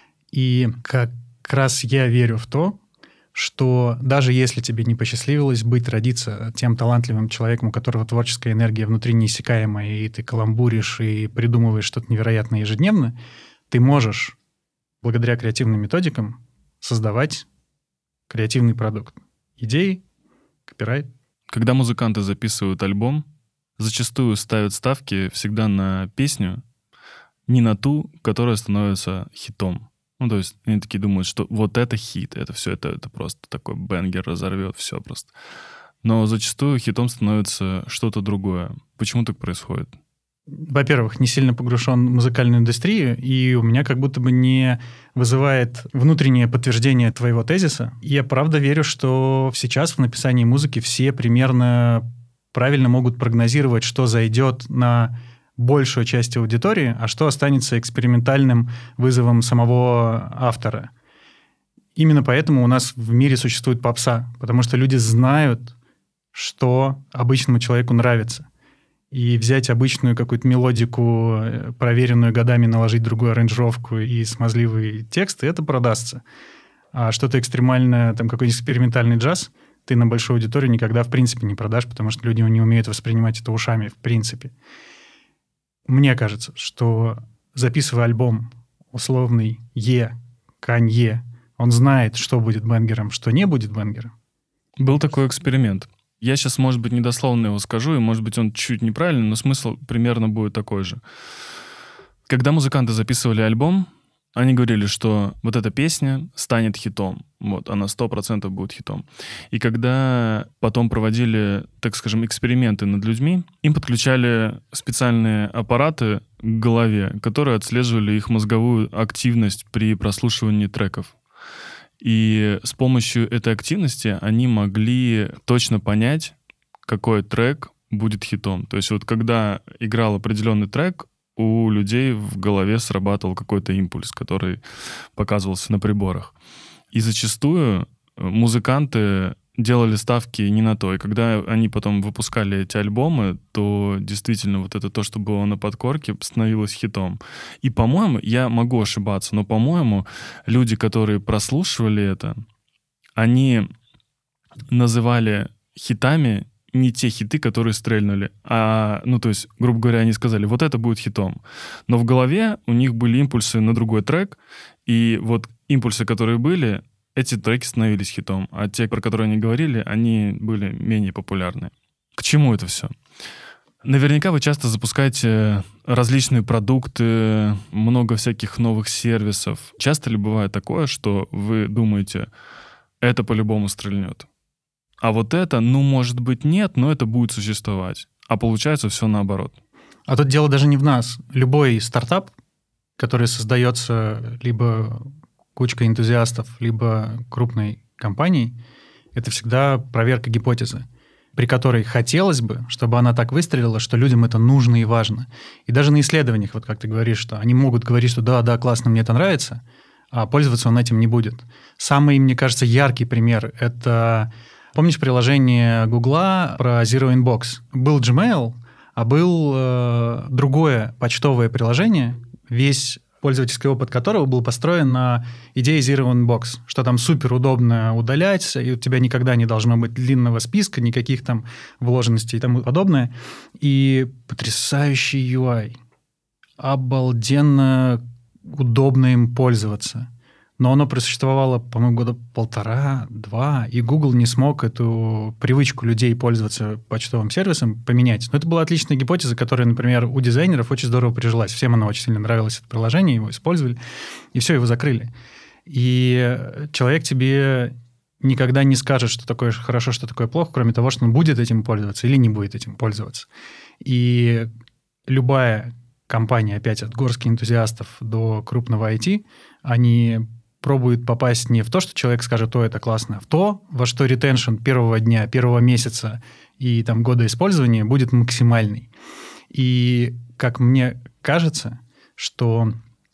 И как раз я верю в то, что даже если тебе не посчастливилось быть, родиться тем талантливым человеком, у которого творческая энергия внутри неиссякаемая, и ты каламбуришь и придумываешь что-то невероятное ежедневно, ты можешь, благодаря креативным методикам, создавать креативный продукт. Идеи, копирайт. Когда музыканты записывают альбом, зачастую ставят ставки всегда на песню, не на ту, которая становится хитом. Ну, то есть они такие думают, что вот это хит, это все, это, это просто такой бенгер разорвет, все просто. Но зачастую хитом становится что-то другое. Почему так происходит? во-первых, не сильно погружен в музыкальную индустрию, и у меня как будто бы не вызывает внутреннее подтверждение твоего тезиса. Я правда верю, что сейчас в написании музыки все примерно правильно могут прогнозировать, что зайдет на большую часть аудитории, а что останется экспериментальным вызовом самого автора. Именно поэтому у нас в мире существует попса, потому что люди знают, что обычному человеку нравится. И взять обычную какую-то мелодику, проверенную годами, наложить другую аранжировку и смазливый текст, и это продастся. А что-то экстремальное, там какой-нибудь экспериментальный джаз, ты на большую аудиторию никогда в принципе не продашь, потому что люди не умеют воспринимать это ушами в принципе. Мне кажется, что записывая альбом условный Е, Канье, он знает, что будет бэнгером, что не будет бэнгером. Был такой эксперимент. Я сейчас, может быть, недословно его скажу, и, может быть, он чуть неправильный, но смысл примерно будет такой же. Когда музыканты записывали альбом, они говорили, что вот эта песня станет хитом. Вот, она сто процентов будет хитом. И когда потом проводили, так скажем, эксперименты над людьми, им подключали специальные аппараты к голове, которые отслеживали их мозговую активность при прослушивании треков. И с помощью этой активности они могли точно понять, какой трек будет хитом. То есть вот когда играл определенный трек, у людей в голове срабатывал какой-то импульс, который показывался на приборах. И зачастую музыканты делали ставки не на то. И когда они потом выпускали эти альбомы, то действительно вот это то, что было на подкорке, становилось хитом. И, по-моему, я могу ошибаться, но, по-моему, люди, которые прослушивали это, они называли хитами не те хиты, которые стрельнули, а, ну, то есть, грубо говоря, они сказали, вот это будет хитом. Но в голове у них были импульсы на другой трек, и вот импульсы, которые были, эти треки становились хитом, а те, про которые они говорили, они были менее популярны. К чему это все? Наверняка вы часто запускаете различные продукты, много всяких новых сервисов. Часто ли бывает такое, что вы думаете, это по-любому стрельнет? А вот это, ну, может быть, нет, но это будет существовать. А получается все наоборот. А тут дело даже не в нас. Любой стартап, который создается либо кучкой энтузиастов, либо крупной компанией, это всегда проверка гипотезы, при которой хотелось бы, чтобы она так выстрелила, что людям это нужно и важно. И даже на исследованиях, вот как ты говоришь, что они могут говорить, что да, да, классно, мне это нравится, а пользоваться он этим не будет. Самый, мне кажется, яркий пример – это... Помнишь приложение Гугла про Zero Inbox? Был Gmail, а был э, другое почтовое приложение, весь пользовательский опыт которого был построен на идее Zero Inbox, что там супер удобно удалять, и у тебя никогда не должно быть длинного списка, никаких там вложенностей и тому подобное. И потрясающий ю ай. Обалденно удобно им пользоваться. Но оно просуществовало, по-моему, года полтора-два, и Google не смог эту привычку людей пользоваться почтовым сервисом поменять. Но это была отличная гипотеза, которая, например, у дизайнеров очень здорово прижилась. Всем оно очень сильно нравилось, это приложение, его использовали, и все, его закрыли. И человек тебе никогда не скажет, что такое хорошо, что такое плохо, кроме того, что он будет этим пользоваться или не будет этим пользоваться. И любая компания, опять от горстки энтузиастов до крупного ай ти, они пробуют попасть не в то, что человек скажет, о, это классно, а в то, во что ретеншн первого дня, первого месяца и там, года использования будет максимальный. И, как мне кажется, что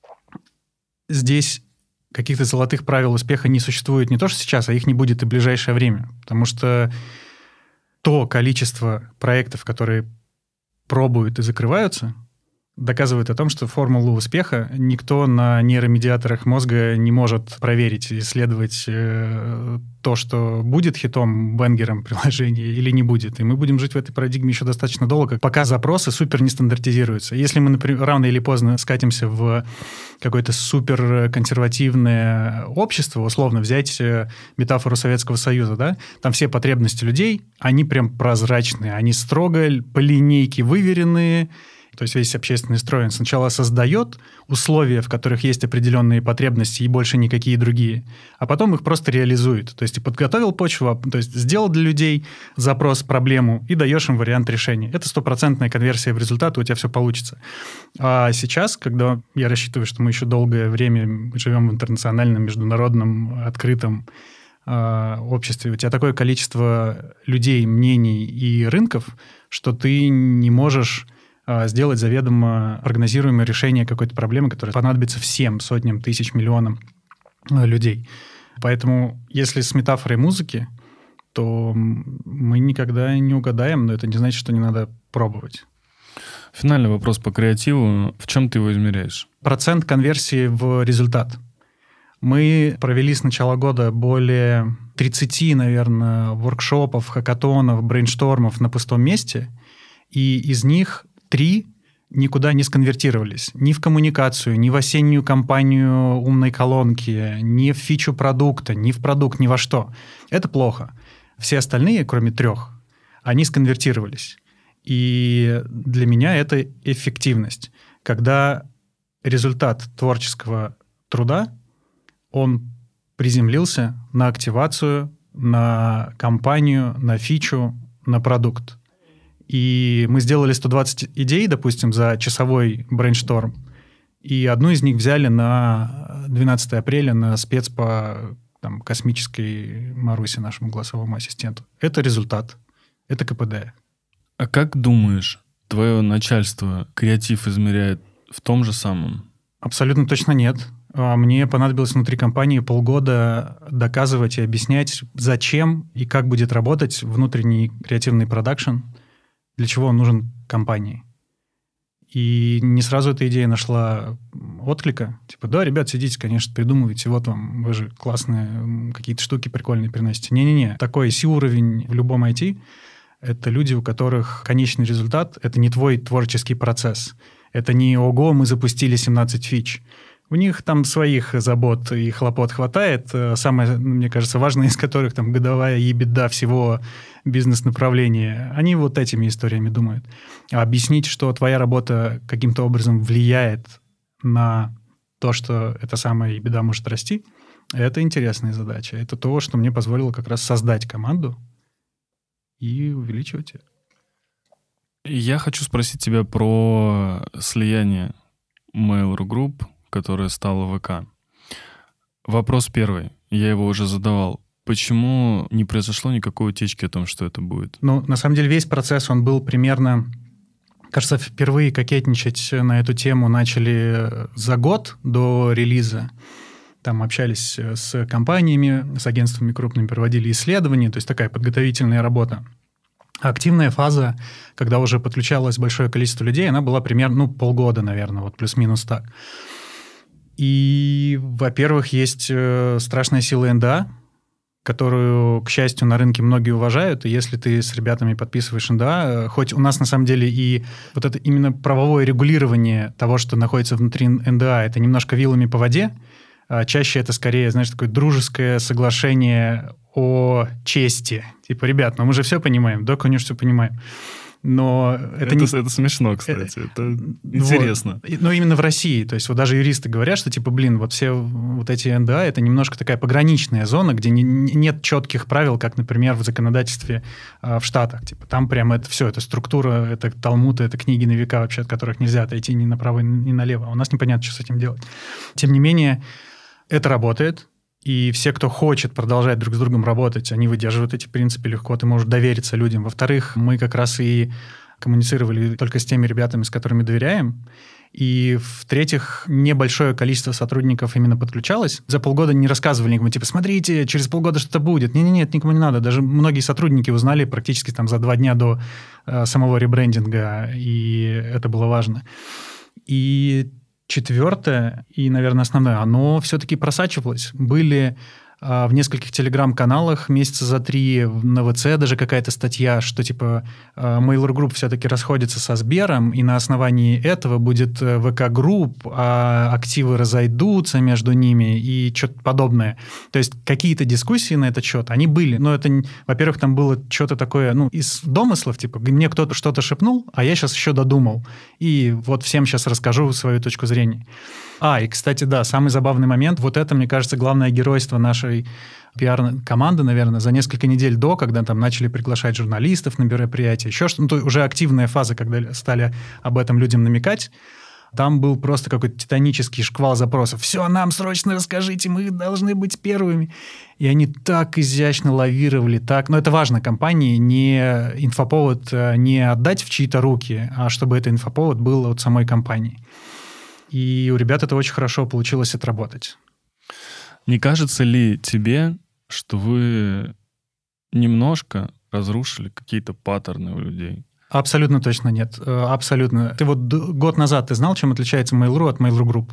здесь каких-то золотых правил успеха не существует не то, что сейчас, а их не будет и в ближайшее время. Потому что то количество проектов, которые пробуют и закрываются, доказывает о том, что формулу успеха никто на нейромедиаторах мозга не может проверить, исследовать э, то, что будет хитом, бэнгером приложения или не будет. И мы будем жить в этой парадигме еще достаточно долго, пока запросы супер не стандартизируются. Если мы, например, рано или поздно скатимся в какое-то супер консервативное общество, условно взять метафору Советского Союза, да, там все потребности людей, они прям прозрачные, они строго по линейке выверенные, То есть весь общественный строй он сначала создает условия, в которых есть определенные потребности и больше никакие другие, а потом их просто реализует. То есть ты подготовил почву, то есть сделал для людей запрос, проблему и даешь им вариант решения. Это стопроцентная конверсия в результат, у тебя все получится. А сейчас, когда я рассчитываю, что мы еще долгое время живем в интернациональном, международном, открытом э, обществе, у тебя такое количество людей, мнений и рынков, что ты не можешь сделать заведомо прогнозируемое решение какой-то проблемы, которая понадобится всем сотням, тысяч, миллионам людей. Поэтому, если с метафорой музыки, то мы никогда не угадаем, но это не значит, что не надо пробовать. Финальный вопрос по креативу. В чем ты его измеряешь? Процент конверсии в результат. Мы провели с начала года более тридцати, наверное, воркшопов, хакатонов, брейнштормов на пустом месте, и из них три никуда не сконвертировались. Ни в коммуникацию, ни в осеннюю кампанию умной колонки, ни в фичу продукта, ни в продукт, ни во что. Это плохо. Все остальные, кроме трех, они сконвертировались. И для меня это эффективность. Когда результат творческого труда, он приземлился на активацию, на кампанию, на фичу, на продукт. И мы сделали сто двадцать идей, допустим, за часовой брейншторм, и одну из них взяли на двенадцатого апреля на спец по там, космической Марусе, нашему голосовому ассистенту. Это результат, это ка пэ дэ. А как думаешь, твое начальство креатив измеряет в том же самом? Абсолютно точно нет. Мне понадобилось внутри компании полгода доказывать и объяснять, зачем и как будет работать внутренний креативный продакшн, для чего он нужен компании. И не сразу эта идея нашла отклика. Типа, да, ребят, сидите, конечно, придумывайте, вот вам, вы же классные какие-то штуки прикольные приносите. Не-не-не, такой си-уровень в любом ай ти — это люди, у которых конечный результат — это не твой творческий процесс. Это не «Ого, мы запустили семнадцать фич». У них там своих забот и хлопот хватает. Самое, мне кажется, важное из которых там годовая ебеда всего бизнес-направления. Они вот этими историями думают. А объяснить, что твоя работа каким-то образом влияет на то, что эта самая ебеда может расти, это интересная задача. Это то, что мне позволило как раз создать команду и увеличивать ее. Я хочу спросить тебя про слияние Mail.ru Group, которая стала вэ ка. Вопрос первый. Я его уже задавал. Почему не произошло никакой утечки о том, что это будет? Ну, на самом деле, весь процесс, он был примерно... Кажется, впервые кокетничать на эту тему начали за год до релиза. Там общались с компаниями, с агентствами крупными, проводили исследования, то есть такая подготовительная работа. Активная фаза, когда уже подключалось большое количество людей, она была примерно ну, полгода, наверное, вот плюс-минус так. И, во-первых, есть страшная сила эн дэ а, которую, к счастью, на рынке многие уважают. И если ты с ребятами подписываешь эн дэ а, хоть у нас на самом деле и вот это именно правовое регулирование того, что находится внутри эн дэ а, это немножко вилами по воде. А чаще это скорее, знаешь, такое дружеское соглашение о чести. Типа, ребят, ну мы же все понимаем, да, конечно, все понимаем. Но это, это, не... это смешно, кстати. Это интересно. Вот. Но именно в России. То есть вот даже юристы говорят, что типа, блин, вот все вот эти эн дэ а, это немножко такая пограничная зона, где не, нет четких правил, как, например, в законодательстве э, в Штатах. Типа там прямо это все, это структура, это талмуд, это книги на века вообще, от которых нельзя отойти ни направо, ни налево. У нас непонятно, что с этим делать. Тем не менее, это работает. И все, кто хочет продолжать друг с другом работать, они выдерживают эти принципы легко, ты можешь довериться людям. Во-вторых, мы как раз и коммуницировали только с теми ребятами, с которыми доверяем. И, в-третьих, небольшое количество сотрудников именно подключалось. За полгода не рассказывали никому, типа, смотрите, через полгода что-то будет. Не-не-не, это никому не надо. Даже многие сотрудники узнали практически там за два дня до э, самого ребрендинга, и это было важно. И... Четвертое, и, наверное, основное, оно все-таки просачивалось. Были в нескольких телеграм-каналах месяца за три, на ВЦ даже какая-то статья, что типа Mail.ru Group все-таки расходится со Сбером, и на основании этого будет ВК Group, а активы разойдутся между ними и что-то подобное. То есть какие-то дискуссии на этот счет, они были. Но это, во-первых, там было что-то такое, ну, из домыслов, типа, мне кто-то что-то шепнул, а я сейчас еще додумал. И вот всем сейчас расскажу свою точку зрения. А, и, кстати, да, самый забавный момент, вот это, мне кажется, главное геройство нашей пиар-команды, наверное, за несколько недель до, когда там начали приглашать журналистов на мероприятия, еще что-то, ну, то уже активная фаза, когда стали об этом людям намекать, там был просто какой-то титанический шквал запросов. Все, нам срочно расскажите, мы должны быть первыми. И они так изящно лавировали, так... Но это важно компании, не инфоповод не отдать в чьи-то руки, а чтобы этот инфоповод был от самой компании. И у ребят это очень хорошо получилось отработать. Не кажется ли тебе, что вы немножко разрушили какие-то паттерны у людей? Абсолютно точно нет. Абсолютно. Ты вот год назад ты знал, чем отличается Mail.ru от Mail.ru Group?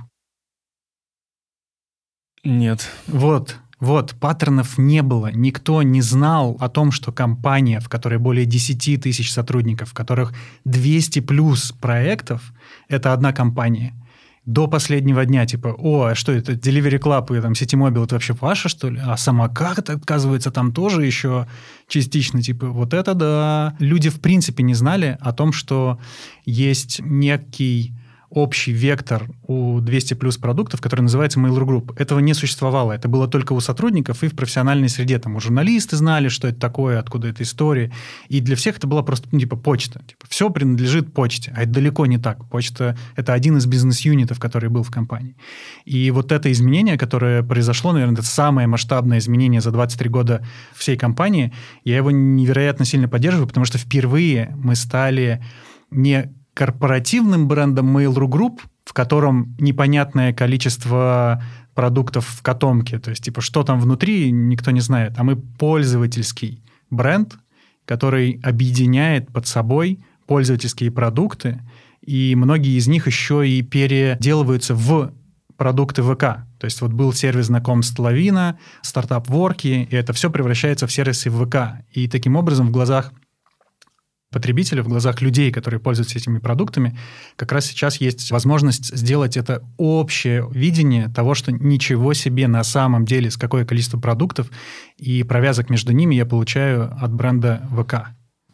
Нет. Вот. Вот, паттернов не было. Никто не знал о том, что компания, в которой более десять тысяч сотрудников, в которых двести плюс проектов, это одна компания. До последнего дня, типа, о, а что это, Delivery Club и там Ситимобил, это вообще ваша, что ли? А самокат, оказывается, там тоже еще частично, типа, вот это да. Люди, в принципе, не знали о том, что есть некий общий вектор у двухсот плюс продуктов, который называется Mail.ru Group. Этого не существовало. Это было только у сотрудников и в профессиональной среде. Там у журналисты знали, что это такое, откуда эта история. И для всех это была просто, ну, типа, почта. Типа, все принадлежит почте. А это далеко не так. Почта — это один из бизнес-юнитов, который был в компании. И вот это изменение, которое произошло, наверное, это самое масштабное изменение за двадцать три года всей компании. Я его невероятно сильно поддерживаю, потому что впервые мы стали не корпоративным брендом Mail.ru Group, в котором непонятное количество продуктов в котомке, то есть, типа, что там внутри, никто не знает, а мы пользовательский бренд, который объединяет под собой пользовательские продукты, и многие из них еще и переделываются в продукты ВК. То есть вот был сервис знакомств Лавина, стартап-ворки, и это все превращается в сервисы ВК. И таким образом в глазах потребителя, в глазах людей, которые пользуются этими продуктами, как раз сейчас есть возможность сделать это общее видение того, что ничего себе на самом деле, с какое количество продуктов и провязок между ними я получаю от бренда ВК.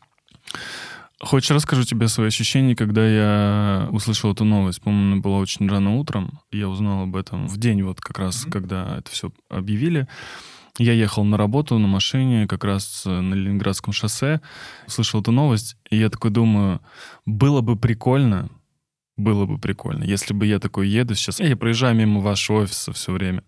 Хочешь, расскажу тебе свои ощущения, когда я услышал эту новость? По-моему, было очень рано утром. Я узнал об этом в день, вот как раз, mm-hmm. когда это все объявили. Я ехал на работу на машине, как раз на Ленинградском шоссе, услышал эту новость, и я такой думаю, было бы прикольно, было бы прикольно, если бы я такой еду сейчас, я проезжаю мимо вашего офиса все время,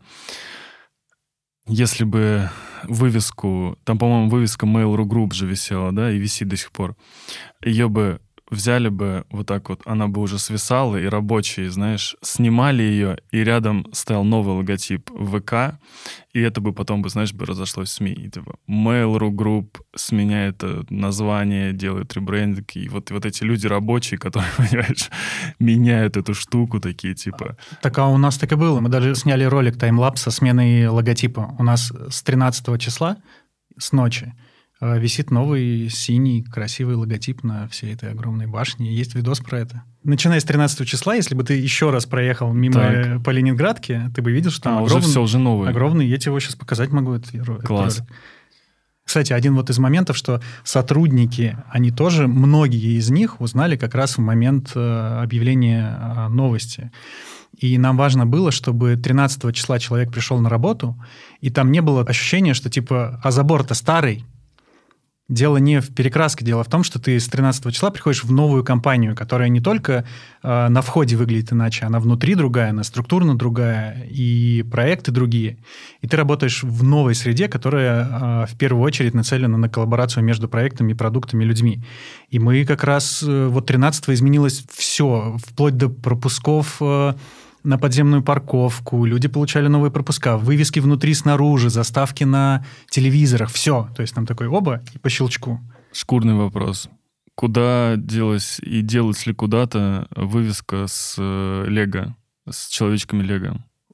если бы вывеску, там, по-моему, вывеска Mail.ru Group же висела, да, и висит до сих пор, ее бы взяли бы вот так вот, она бы уже свисала, и рабочие, знаешь, снимали ее, и рядом стоял новый логотип ВК, и это бы потом бы, знаешь, бы разошлось в СМИ. И типа Mail.ru Group сменяет название, делает ребрендинг, и вот, вот эти люди рабочие, которые, понимаешь, меняют эту штуку, такие типа... Так, а у нас так и было. Мы даже сняли ролик таймлапс со сменой логотипа. У нас с тринадцатого числа, с ночи, висит новый синий красивый логотип на всей этой огромной башне. Есть видос про это. Начиная с тринадцатого числа, если бы ты еще раз проехал мимо так. по Ленинградке, ты бы видел, что там а, огромный, уже все, уже новый. огромный. Я тебе его сейчас показать могу. Этот, Класс. Этот ролик. Кстати, один вот из моментов, что сотрудники, они тоже, многие из них узнали как раз в момент объявления новости. И нам важно было, чтобы тринадцатого числа человек пришел на работу, и там не было ощущения, что типа, а забор-то старый. Дело не в перекраске, дело в том, что ты с тринадцатого числа приходишь в новую компанию, которая не только э, на входе выглядит иначе, она внутри другая, она структурно другая, и проекты другие. И ты работаешь в новой среде, которая э, в первую очередь нацелена на коллаборацию между проектами, продуктами и людьми. И мы как раз... Э, вот тринадцатого изменилось все, вплоть до пропусков... Э, на подземную парковку, люди получали новые пропуска, вывески внутри, снаружи, заставки на телевизорах, все. То есть там такой оба и по щелчку. Шкурный вопрос. Куда делась и делась ли куда-то вывеска с Лего, с человечками Лего?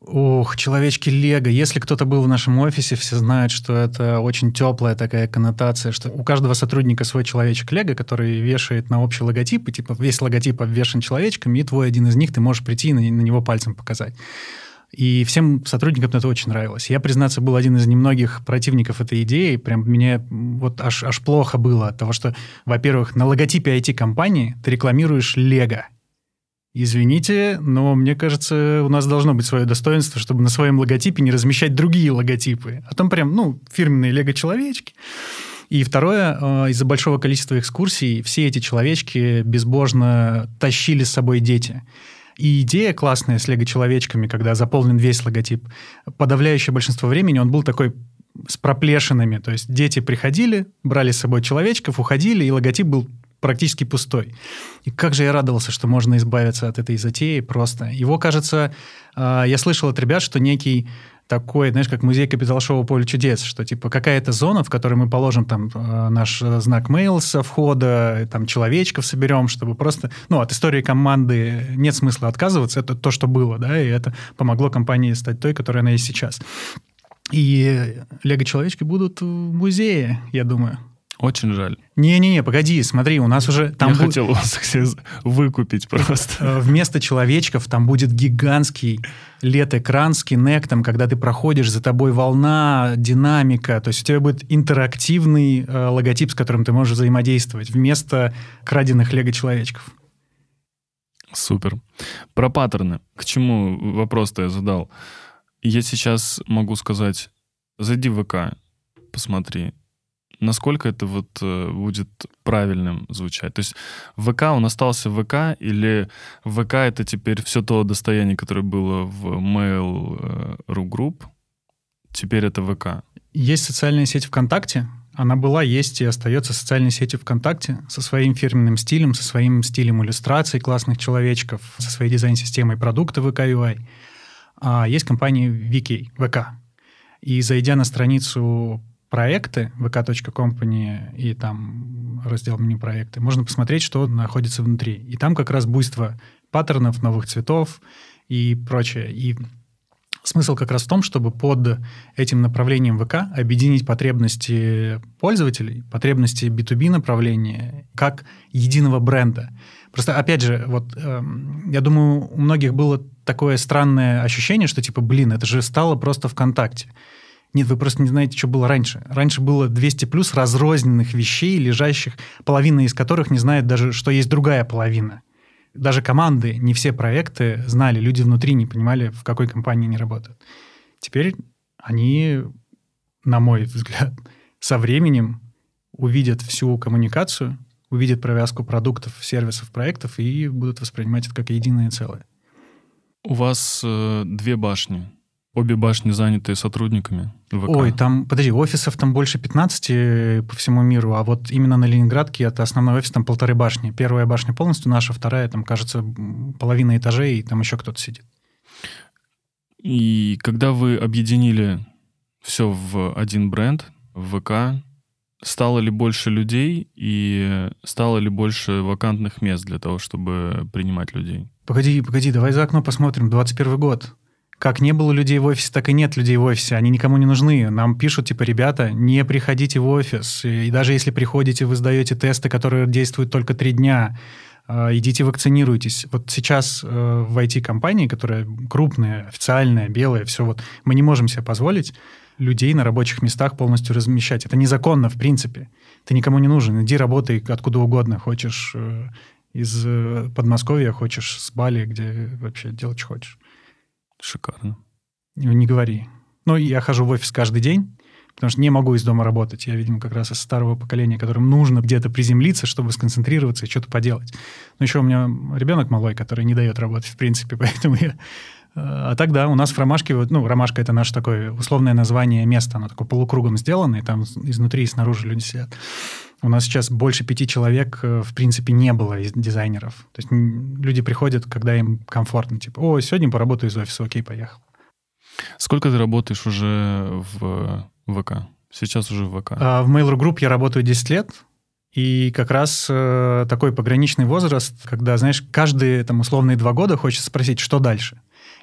Ох, человечки Лего. Если кто-то был в нашем офисе, все знают, что это очень теплая такая коннотация, что у каждого сотрудника свой человечек Лего, который вешает на общий логотип, и типа весь логотип обвешан человечками, и твой один из них, ты можешь прийти и на, на него пальцем показать. И всем сотрудникам это очень нравилось. Я, признаться, был один из немногих противников этой идеи. Прям мне вот аж, аж плохо было от того, что, во-первых, на логотипе ай ти-компании ты рекламируешь Лего. Извините, но мне кажется, у нас должно быть свое достоинство, чтобы на своем логотипе не размещать другие логотипы. А там прям, ну, фирменные лего-человечки. И второе, из-за большого количества экскурсий все эти человечки безбожно тащили с собой дети. И идея классная с лего-человечками, когда заполнен весь логотип, подавляющее большинство времени он был такой с проплешинами. То есть дети приходили, брали с собой человечков, уходили, и логотип был практически пустой. И как же я радовался, что можно избавиться от этой затеи просто. Его, кажется, я слышал от ребят, что некий такой, знаешь, как музей Капитал-шоу «Поле чудес», что типа какая-то зона, в которой мы положим там наш знак мейл со входа, там человечков соберем, чтобы просто... Ну, от истории команды нет смысла отказываться. Это то, что было, да, и это помогло компании стать той, которая она есть сейчас. И лего-человечки будут в музее, я думаю. Очень жаль. Не-не-не, погоди, смотри, у нас уже... Там Я бу... хотел вас всех выкупить просто. Вместо человечков там будет гигантский лед-экран с кинектом, когда ты проходишь, за тобой волна, динамика. То есть у тебя будет интерактивный э, логотип, с которым ты можешь взаимодействовать, вместо краденных лего-человечков. Супер. Про паттерны. К чему вопрос-то я задал? Я сейчас могу сказать, зайди в ВК, посмотри, насколько это вот э, будет правильным звучать. То есть ВК, он остался в ВК, или ВК это теперь все то достояние, которое было в Mail.ru Group, теперь это ВК? Есть социальная сеть ВКонтакте. Она была, есть и остается социальной сетью ВКонтакте со своим фирменным стилем, со своим стилем иллюстраций классных человечков, со своей дизайн-системой продукта ви кей ю ай. А есть компания ви кей, ВК. И зайдя на страницу проекты, ви кей точка компани, и там раздел меню проекты, можно посмотреть, что находится внутри. И там как раз буйство паттернов, новых цветов и прочее. И смысл как раз в том, чтобы под этим направлением ВК объединить потребности пользователей, потребности би ту би направления, как единого бренда. Просто, опять же, вот э, я думаю, у многих было такое странное ощущение, что типа, блин, это же стало просто ВКонтакте. Нет, вы просто не знаете, что было раньше. Раньше было двести плюс разрозненных вещей, лежащих, половина из которых не знает даже, что есть другая половина. Даже команды, не все проекты знали, люди внутри не понимали, в какой компании они работают. Теперь они, на мой взгляд, со временем увидят всю коммуникацию, увидят провязку продуктов, сервисов, проектов и будут воспринимать это как единое целое. У вас э, две башни. Обе башни заняты сотрудниками ВК. Ой, там, подожди, офисов там больше пятнадцати по всему миру, а вот именно на Ленинградке это основной офис, там полторы башни. Первая башня полностью наша, вторая, там, кажется, половина этажей, и там еще кто-то сидит. И когда вы объединили все в один бренд, в ВК, стало ли больше людей и стало ли больше вакантных мест для того, чтобы принимать людей? Погоди, погоди, давай за окно посмотрим. двадцать первый год. Как не было людей в офисе, так и нет людей в офисе. Они никому не нужны. Нам пишут, типа, ребята, не приходите в офис. И даже если приходите, вы сдаете тесты, которые действуют только три дня. Идите вакцинируйтесь. Вот сейчас в ай ти-компании, которая крупная, официальная, белая, все вот, мы не можем себе позволить людей на рабочих местах полностью размещать. Это незаконно, в принципе. Ты никому не нужен. Иди работай откуда угодно. Хочешь из Подмосковья, хочешь с Бали, где вообще делать, что хочешь. Шикарно. Не говори. Ну, я хожу в офис каждый день, потому что не могу из дома работать. Я, видимо, как раз из старого поколения, которым нужно где-то приземлиться, чтобы сконцентрироваться и что-то поделать. Но еще у меня ребенок малой, который не дает работать, в принципе, поэтому я... А так, да, у нас в Ромашке, ну, Ромашка — это наше такое условное название места, оно такое полукругом сделано, и там изнутри и снаружи люди сидят. У нас сейчас больше пяти человек, в принципе, не было из дизайнеров. То есть люди приходят, когда им комфортно. Типа, о, сегодня поработаю из офиса, окей, поехал. Сколько ты работаешь уже в ВК? Сейчас уже в ВК. А в Mail.ru Group я работаю десять лет. И как раз э, такой пограничный возраст, когда, знаешь, каждые там условные два года хочется спросить, что дальше.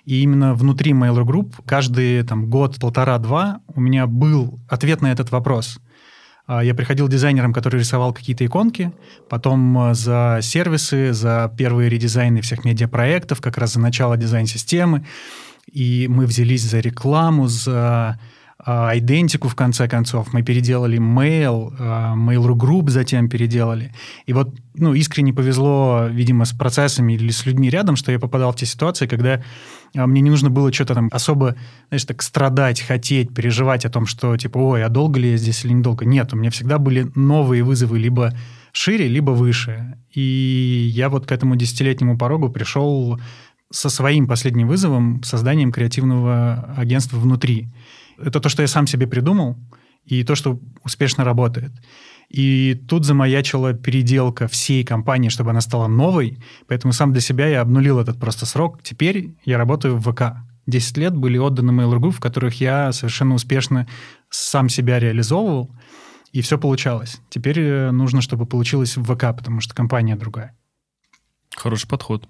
И именно внутри Mail.ru Group каждый там, год, полтора-два у меня был ответ на этот вопрос. Я приходил дизайнером, который рисовал какие-то иконки, потом за сервисы, за первые редизайны всех медиапроектов, как раз за начало дизайн-системы. И мы взялись за рекламу, за идентику, в конце концов. Мы переделали Mail, Mail.ru Group затем переделали. И вот ну, искренне повезло, видимо, с процессами или с людьми рядом, что я попадал в те ситуации, когда мне не нужно было что-то там особо, знаешь, так страдать, хотеть, переживать о том, что типа, ой, а долго ли я здесь или недолго. Нет, у меня всегда были новые вызовы либо шире, либо выше. И я вот к этому десятилетнему порогу пришел со своим последним вызовом, созданием креативного агентства внутри. Это то, что я сам себе придумал, и то, что успешно работает. И тут замаячила переделка всей компании, чтобы она стала новой, поэтому сам для себя я обнулил этот просто срок. Теперь я работаю в ВК. Десять лет были отданы Mail.ru Group, в которых я совершенно успешно сам себя реализовывал, и все получалось. Теперь нужно, чтобы получилось в ВК, потому что компания другая. Хороший подход.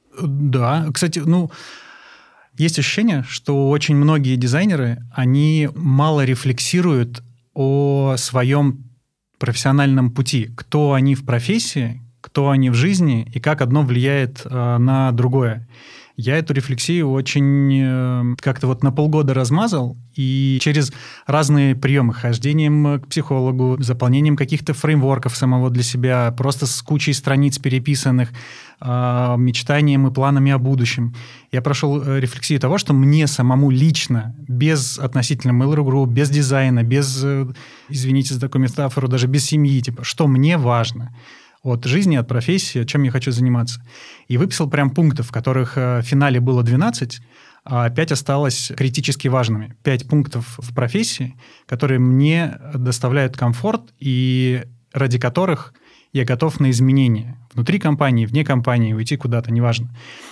Да. Кстати, ну... Есть ощущение, что очень многие дизайнеры, они мало рефлексируют о своем профессиональном пути. Кто они в профессии, кто они в жизни и как одно влияет э, на другое. Я эту рефлексию очень э, как-то вот на полгода размазал, и через разные приемы, хождением к психологу, заполнением каких-то фреймворков самого для себя, просто с кучей страниц переписанных, э, мечтанием и планами о будущем. Я прошел рефлексию того, что мне самому лично, без относительно Mail.ru Group, без дизайна, без, э, извините за такую метафору, даже без семьи, типа, что мне важно от жизни, от профессии, чем я хочу заниматься. И выписал прям пунктов, в которых в финале было двенадцать, а пять осталось критически важными. пять пунктов в профессии, которые мне доставляют комфорт и ради которых я готов на изменения. Внутри компании, вне компании, уйти куда-то, неважно.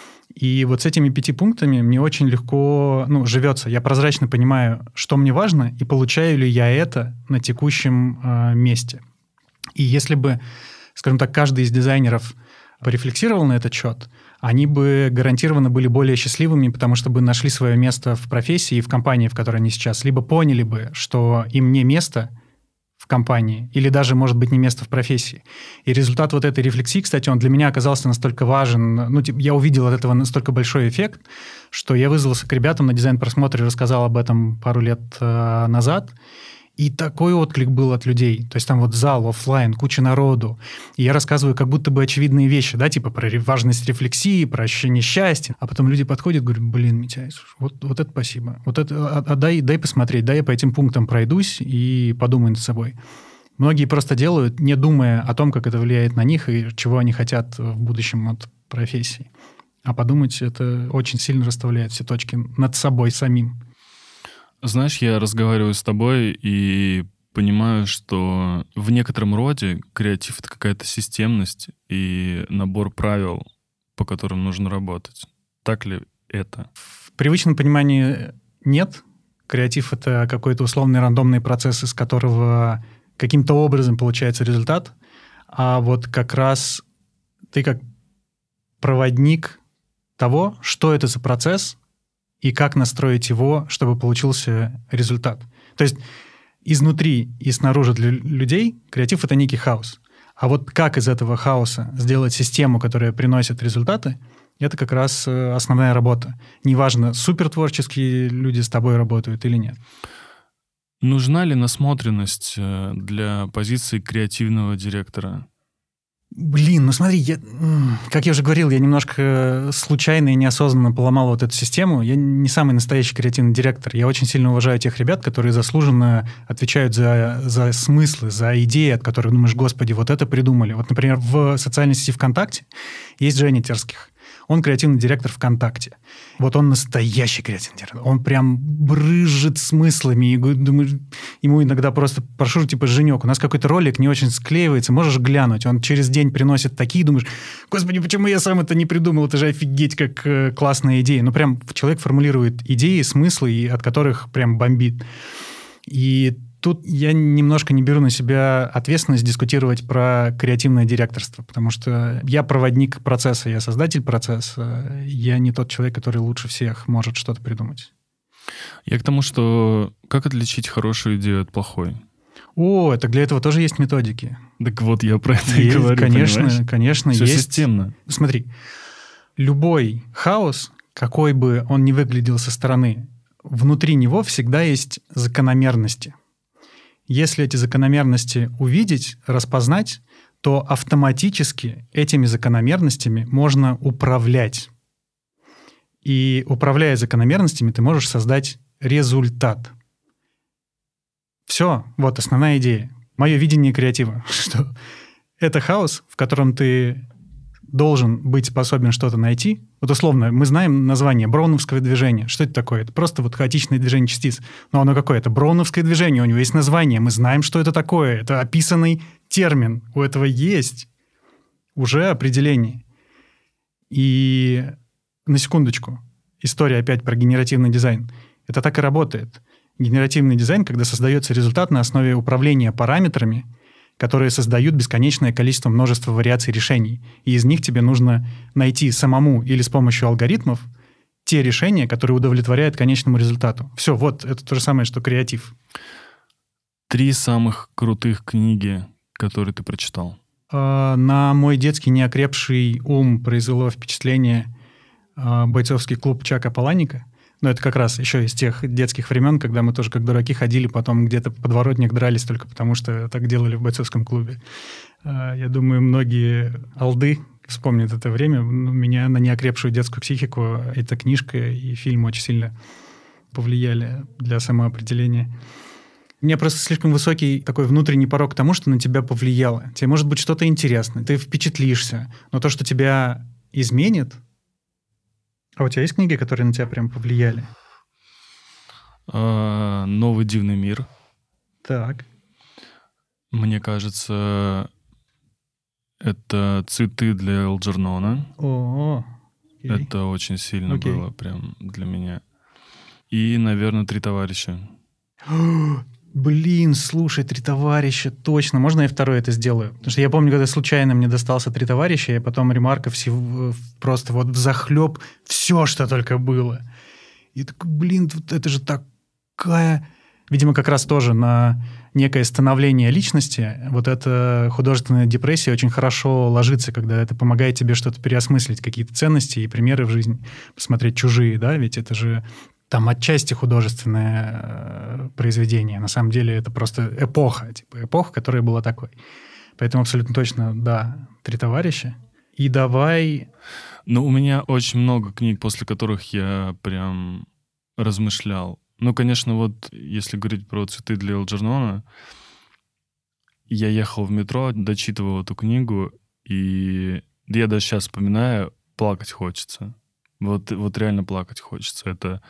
И вот с этими пяти пунктами мне очень легко ну, живется. Я прозрачно понимаю, что мне важно, и получаю ли я это на текущем э, месте. И если бы, скажем так, каждый из дизайнеров порефлексировал на этот счет, они бы гарантированно были более счастливыми, потому что бы нашли свое место в профессии и в компании, в которой они сейчас, либо поняли бы, что им не место в компании, или даже, может быть, не место в профессии. И результат вот этой рефлексии, кстати, он для меня оказался настолько важен, ну, типа, я увидел от этого настолько большой эффект, что я вызвался к ребятам на дизайн-просмотре, рассказал об этом пару лет э, назад, и такой отклик был от людей. То есть там вот зал, офлайн, куча народу. И я рассказываю как будто бы очевидные вещи, да, типа про важность рефлексии, про ощущение счастья. А потом люди подходят, говорят, блин, Митяй, вот, вот это спасибо. Вот это, а, а дай, дай посмотреть, дай я по этим пунктам пройдусь и подумаю над собой. Многие просто делают, не думая о том, как это влияет на них и чего они хотят в будущем от профессии. А подумать, это очень сильно расставляет все точки над собой самим. Знаешь, я разговариваю с тобой и понимаю, что в некотором роде креатив — это какая-то системность и набор правил, по которым нужно работать. Так ли это? В привычном понимании нет. Креатив — это какой-то условный рандомный процесс, из которого каким-то образом получается результат. А вот как раз ты как проводник того, что это за процесс, и как настроить его, чтобы получился результат. То есть изнутри и снаружи для людей креатив — это некий хаос. А вот как из этого хаоса сделать систему, которая приносит результаты, это как раз основная работа. Неважно, супертворческие люди с тобой работают или нет. Нужна ли насмотренность для позиции креативного директора? Блин, ну смотри, я, как я уже говорил, я немножко случайно и неосознанно поломал вот эту систему. Я не самый настоящий креативный директор. Я очень сильно уважаю тех ребят, которые заслуженно отвечают за, за смыслы, за идеи, от которых думаешь, господи, вот это придумали. Вот, например, в социальной сети ВКонтакте есть Женя Терских. Он креативный директор ВКонтакте. Вот он настоящий креативный директор. Он прям брызжет смыслами. И думаешь, ему иногда просто прошу, типа, Женек, у нас какой-то ролик не очень склеивается, можешь глянуть? Он через день приносит такие, думаешь, господи, почему я сам это не придумал? Это же офигеть, как э, классная идея. Ну, прям человек формулирует идеи, смыслы, и от которых прям бомбит. И Тут я немножко не беру на себя ответственность дискутировать про креативное директорство, потому что я проводник процесса, я создатель процесса, я не тот человек, который лучше всех может что-то придумать. Я к тому, что как отличить хорошую идею от плохой? О, так для этого тоже есть методики. Так вот, я про это есть, и говорю, конечно, понимаешь? конечно, Все есть. системно. Смотри, любой хаос, какой бы он ни выглядел со стороны, внутри него всегда есть закономерности. Если эти закономерности увидеть, распознать, то автоматически этими закономерностями можно управлять. И управляя закономерностями, ты можешь создать результат. Все, вот основная идея. Мое видение креатива, что это хаос, в котором ты должен быть способен что-то найти. Вот условно, мы знаем название броуновского движения. Что это такое? Это просто вот хаотичное движение частиц. Но оно какое? Это броуновское движение, у него есть название. Мы знаем, что это такое. Это описанный термин. У этого есть уже определение. И на секундочку. История опять про генеративный дизайн. Это так и работает. Генеративный дизайн, когда создается результат на основе управления параметрами, которые создают бесконечное количество множества вариаций решений. И из них тебе нужно найти самому или с помощью алгоритмов те решения, которые удовлетворяют конечному результату. Все, вот, это то же самое, что креатив. Три самых крутых книги, которые ты прочитал. А, на мой детский неокрепший ум произвело впечатление а, бойцовский клуб Чака Паланика. Но это как раз еще из тех детских времен, когда мы тоже как дураки ходили, потом где-то в подворотнях дрались только потому, что так делали в бойцовском клубе. Я думаю, многие алды вспомнят это время. Меня на неокрепшую детскую психику эта книжка и фильм очень сильно повлияли для самоопределения. У меня просто слишком высокий такой внутренний порог к тому, что на тебя повлияло. Тебе может быть что-то интересное, ты впечатлишься, но то, что тебя изменит... А у тебя есть книги, которые на тебя прям повлияли? А, «Новый дивный мир». Так. Мне кажется, это «Цветы для Элджернона». О, окей. Это очень сильно Окей. было прям для меня. И, наверное, «Три товарища». Блин, слушай, «Три товарища», точно. Можно я второе это сделаю? Потому что я помню, когда случайно мне достался «Три товарища», и потом ремарка всего, просто вот взахлеб все, что только было. И такой, блин, вот это же такая... Видимо, как раз тоже на некое становление личности вот эта художественная депрессия очень хорошо ложится, когда это помогает тебе что-то переосмыслить, какие-то ценности и примеры в жизни, посмотреть чужие, да, ведь это же... Там отчасти художественное э, произведение. На самом деле это просто эпоха, типа эпоха, которая была такой. Поэтому абсолютно точно, да, «Три товарища». И давай... Ну, у меня очень много книг, после которых я прям размышлял. Ну, конечно, вот если говорить про «Цветы для Элджернона», я ехал в метро, дочитывал эту книгу, и я даже сейчас вспоминаю, плакать хочется. Вот, вот реально плакать хочется. Это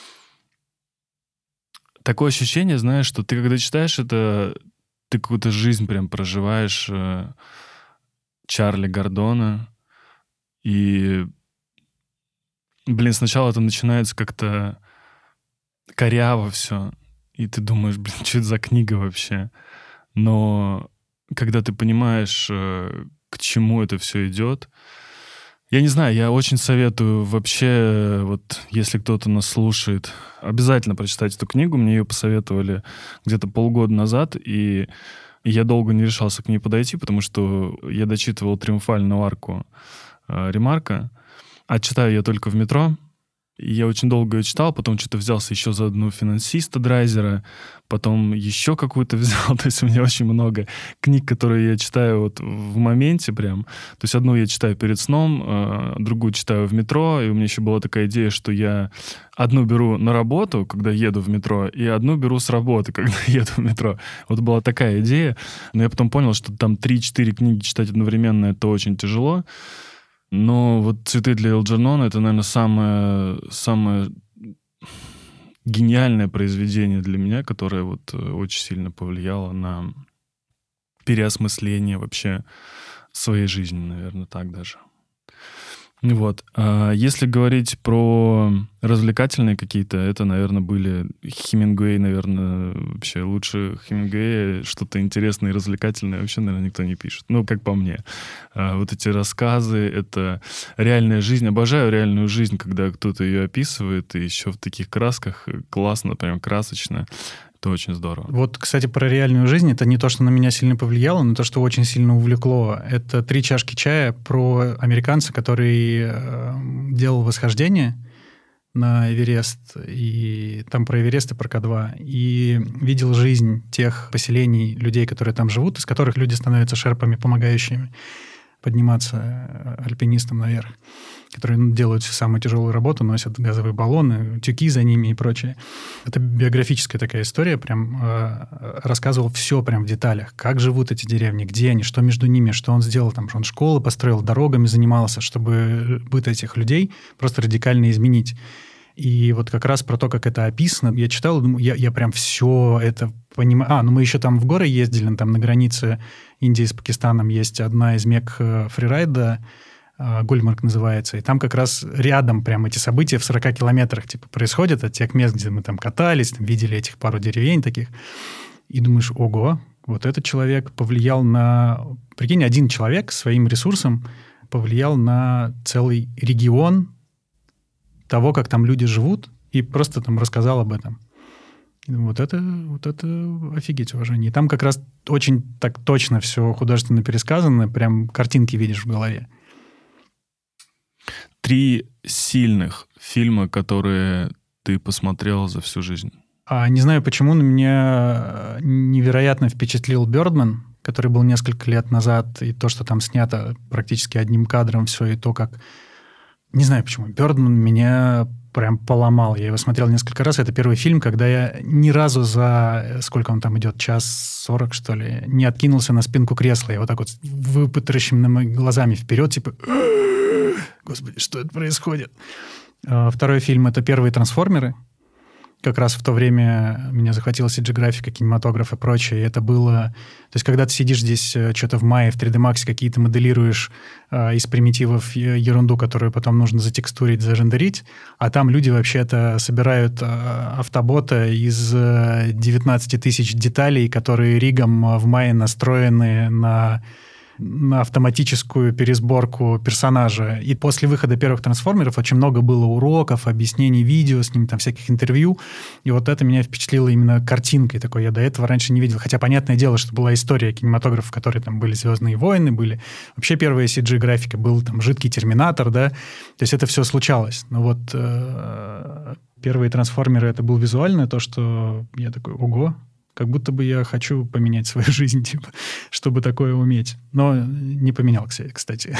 такое ощущение, знаешь, что ты когда читаешь это, ты какую-то жизнь прям проживаешь э, Чарли Гордона. И, блин, сначала это начинается как-то коряво все. И ты думаешь, блин, что это за книга вообще? Но когда ты понимаешь, э, к чему это все идет, я не знаю, я очень советую вообще, вот если кто-то нас слушает, обязательно прочитать эту книгу. Мне ее посоветовали где-то полгода назад, и я долго не решался к ней подойти, потому что я дочитывал «Триумфальную арку» э, Ремарка, а читаю я только в метро. И я очень долго ее читал, потом что-то взялся еще за одну «Финансиста» Драйзера, потом еще какую-то взял. То есть у меня очень много книг, которые я читаю вот в моменте прям. То есть одну я читаю перед сном, э, другую читаю в метро, и у меня еще была такая идея, что я одну беру на работу, когда еду в метро, и одну беру с работы, когда еду в метро. Вот была такая идея, но я потом понял, что там три-четыре книги читать одновременно — это очень тяжело. Но вот «Цветы для Элджернона» — это, наверное, самое, самое гениальное произведение для меня, которое вот очень сильно повлияло на переосмысление вообще своей жизни, наверное, так даже. Вот. А если говорить про развлекательные какие-то, это, наверное, были Хемингуэй, наверное, вообще лучше Хемингуэя что-то интересное и развлекательное вообще, наверное, никто не пишет. Ну, как по мне. А вот эти рассказы, это реальная жизнь. Обожаю реальную жизнь, когда кто-то ее описывает, и еще в таких красках. Классно, прям красочно. Это очень здорово. Вот, кстати, про реальную жизнь. Это не то, что на меня сильно повлияло, но то, что очень сильно увлекло. Это «Три чашки чая» про американца, который э, делал восхождение на Эверест. И там про Эверест и про Ка два. И видел жизнь тех поселений, людей, которые там живут, из которых люди становятся шерпами, помогающими подниматься альпинистам наверх, которые делают всю самую тяжелую работу, носят газовые баллоны, тюки за ними и прочее. Это биографическая такая история, прям э, рассказывал все прям в деталях, как живут эти деревни, где они, что между ними, что он сделал, там, что он школы построил, дорогами занимался, чтобы быт этих людей просто радикально изменить. И вот как раз про то, как это описано, я читал, думаю, я, я прям все это понимаю. А, ну мы еще там в горы ездили, там на границе Индии с Пакистаном есть одна из мек фрирайда, Гульмарг называется, и там как раз рядом прям эти события в сорока километрах типа происходят от тех мест, где мы там катались, там, видели этих пару деревень таких, и думаешь, ого, вот этот человек повлиял на... Прикинь, один человек своим ресурсом повлиял на целый регион того, как там люди живут, и просто там рассказал об этом. Вот это, вот это офигеть уважение. И там как раз очень так точно все художественно пересказано, прям картинки видишь в голове. Три сильных фильма, которые ты посмотрел за всю жизнь. А, не знаю почему, но меня невероятно впечатлил «Бёрдман», который был несколько лет назад, и то, что там снято практически одним кадром все, и то, как... Не знаю почему. «Бёрдман» меня прям поломал. Я его смотрел несколько раз. Это первый фильм, когда я ни разу за... Сколько он там идет? Час сорок, что ли? Не откинулся на спинку кресла. Я вот так вот выпотрошенными глазами вперед, типа... Господи, что это происходит? Второй фильм — это первые «Трансформеры». Как раз в то время меня захватила си джи-графика, кинематограф и прочее. И это было... То есть, когда ты сидишь здесь что-то в мае в три дэ Max, какие-то моделируешь э, из примитивов ерунду, которую потом нужно затекстурить, зажендерить, а там люди вообще-то собирают э, автобота из э, девятнадцать тысяч деталей, которые ригом в мае настроены на... на автоматическую пересборку персонажа. И после выхода первых «Трансформеров» очень много было уроков, объяснений видео, с ними там всяких интервью. И вот это меня впечатлило именно картинкой такой. Я до этого раньше не видел. Хотя, понятное дело, что была история кинематографа, в которой там были «Звездные войны», были вообще первая си джи-графика, был там «Жидкий терминатор», да. То есть это все случалось. Но вот э, первые «Трансформеры» это был визуально то, что я такой, ого, как будто бы я хочу поменять свою жизнь, типа, чтобы такое уметь. Но не поменял, кстати.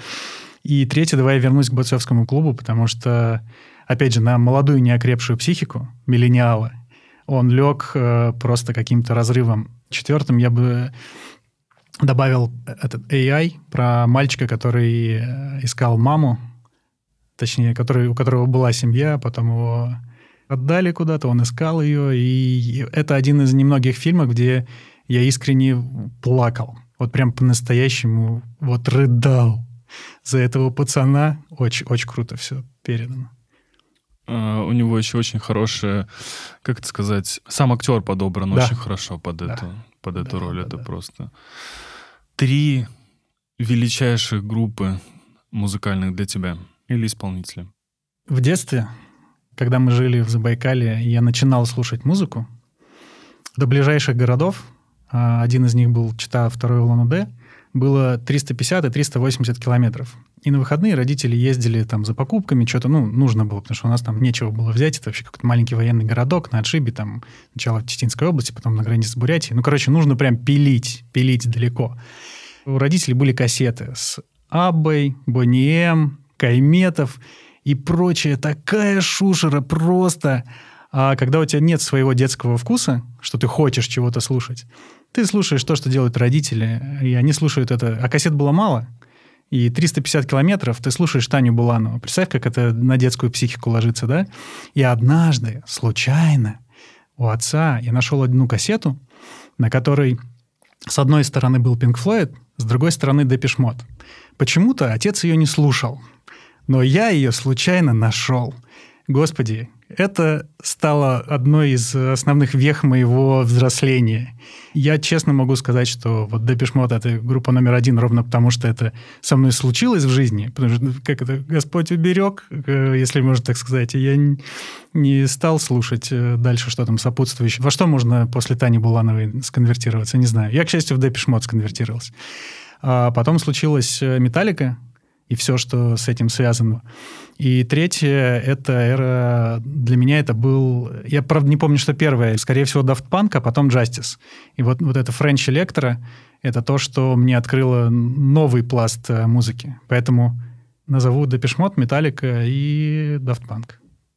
И третье, давай я вернусь к бойцовскому клубу, потому что, опять же, на молодую неокрепшую психику миллениала он лег э, просто каким-то разрывом. Четвертым я бы добавил этот эй ай про мальчика, который искал маму, точнее, который, у которого была семья, потом его... отдали куда-то, он искал ее, и это один из немногих фильмов, где я искренне плакал. Вот прям по-настоящему вот рыдал за этого пацана. Очень, очень круто все передано. Uh, у него еще очень хорошая, как это сказать, сам актер подобран да. очень хорошо под да. эту, под эту да, роль. Да, это да. просто три величайших группы музыкальных для тебя или исполнителя. В детстве, когда мы жили в Забайкалье, я начинал слушать музыку. До ближайших городов, один из них был Чита, второй Улан-Удэ, было триста пятьдесят и триста восемьдесят километров. И на выходные родители ездили там за покупками, что-то, ну, нужно было, потому что у нас там нечего было взять. Это вообще какой-то маленький военный городок на отшибе, там, сначала в Читинской области, потом на границе с Бурятией. Ну, короче, нужно прям пилить, пилить далеко. У родителей были кассеты с Аббой, Бонни Эм, Кайметов и прочее. Такая шушера просто. А когда у тебя нет своего детского вкуса, что ты хочешь чего-то слушать, ты слушаешь то, что делают родители, и они слушают это. А кассет было мало, и триста пятьдесят километров ты слушаешь Таню Буланову. Представь, как это на детскую психику ложится, да? И однажды, случайно, у отца я нашел одну кассету, на которой с одной стороны был Pink Floyd, с другой стороны Депеш Мод. Почему-то отец ее не слушал. но я ее случайно нашел. Господи, это стало одной из основных вех моего взросления. Я честно могу сказать, что вот Depeche Mode — это группа номер один ровно потому, что это со мной случилось в жизни, потому что, как это, Господь уберег, если можно так сказать, и я не стал слушать дальше, что там сопутствующее. Во что можно после Тани Булановой сконвертироваться, не знаю. Я, к счастью, в Depeche Mode сконвертировался. А потом случилась Metallica и все, что с этим связано. И третье, это эра... Для меня это был... Я, правда, не помню, что первое. Скорее всего, Daft Punk, а потом Justice. И вот, вот это French Electro — это то, что мне открыло новый пласт музыки. Поэтому назову Depeche Mode, Metallica и Daft Punk.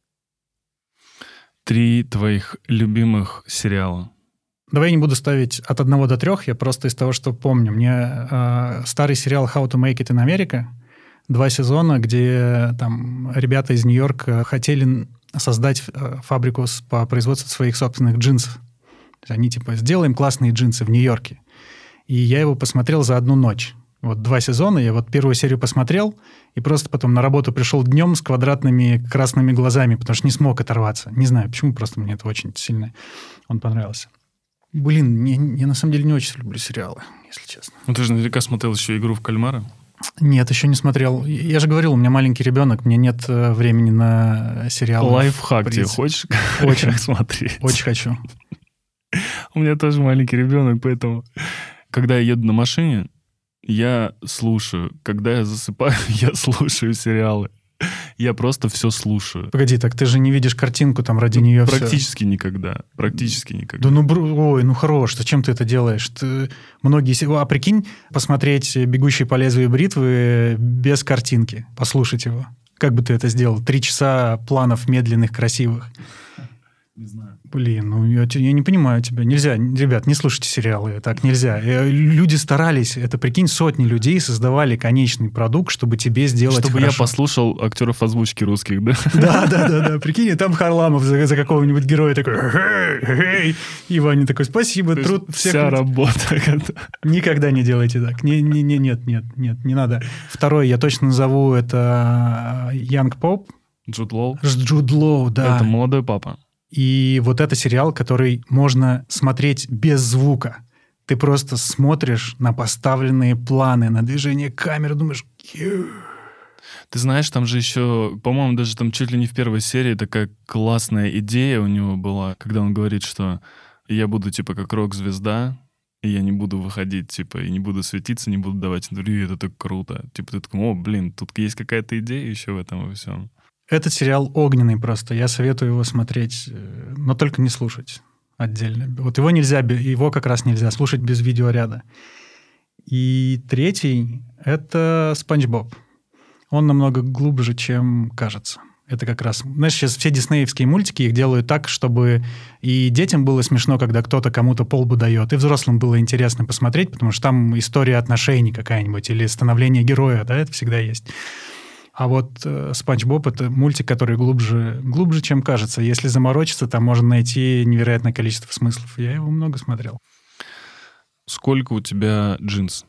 Три твоих любимых сериала. Давай я не буду ставить от одного до трех, я просто из того, что помню. Мне э, старый сериал «How to Make It in America», два сезона, где там ребята из Нью-Йорка хотели создать фабрику по производству своих собственных джинсов. То есть они типа «сделаем классные джинсы в Нью-Йорке». И я его посмотрел за одну ночь. Вот два сезона, я вот первую серию посмотрел, и просто потом на работу пришел днем с квадратными красными глазами, потому что не смог оторваться. Не знаю, почему, просто мне это очень сильно он понравился. Блин, я, я на самом деле не очень люблю сериалы, если честно. Ну ты же наверняка смотрел еще «Игру в кальмара». Нет, еще не смотрел. Я же говорил, у меня маленький ребенок, мне нет э, времени на сериалы. Лайфхак тебе хочешь? Очень смотреть? Очень хочу. У меня тоже маленький ребенок, поэтому... Когда я еду на машине, я слушаю. Когда я засыпаю, я слушаю сериалы. Я просто все слушаю. Погоди, так ты же не видишь картинку там ради ну, нее Практически все. никогда. Практически никогда. Да ну, бро... ой, ну хорош, зачем ты это делаешь? Ты... Многие... А прикинь, посмотреть «Бегущий по лезвию бритвы» без картинки, послушать его. Как бы ты это сделал? Три часа планов медленных, красивых. Не знаю. Блин, ну я, я не понимаю тебя. Нельзя, ребят, не слушайте сериалы, так нельзя. Люди старались, это, прикинь, сотни людей создавали конечный продукт, чтобы тебе сделать Чтобы хорошо. Я послушал актеров озвучки русских, да? Да, да, да, да. Прикинь, там Харламов за, за какого-нибудь героя такой, хей, и Ваня такой, спасибо, труд всех. Вся работа. Никогда не делайте так. Не, не, не, нет, нет, нет, не надо. Второй я точно назову, это Young Pope. Джуд Лоу. Джуд Лоу, да. Это молодой папа. И вот это сериал, который можно смотреть без звука. Ты просто смотришь на поставленные планы, на движение камеры, думаешь... Ты знаешь, там же еще, по-моему, даже там чуть ли не в первой серии такая классная идея у него была, когда он говорит, что я буду типа как рок-звезда, и я не буду выходить, типа, и не буду светиться, не буду давать интервью, и это так круто. Типа ты такой, о, блин, тут есть какая-то идея еще в этом во всем. Этот сериал огненный просто. Я советую его смотреть, но только не слушать отдельно. Вот его нельзя, его как раз нельзя слушать без видеоряда. И третий — это «Спанч Боб». Он намного глубже, чем кажется. Это как раз... Знаешь, сейчас все диснеевские мультики их делают так, чтобы и детям было смешно, когда кто-то кому-то полбу дает, и взрослым было интересно посмотреть, потому что там история отношений какая-нибудь или становление героя, да, это всегда есть. А вот э, «Спанч Боб» — это мультик, который глубже, глубже, чем кажется. Если заморочиться, там можно найти невероятное количество смыслов. Я его много смотрел. Сколько у тебя джинс?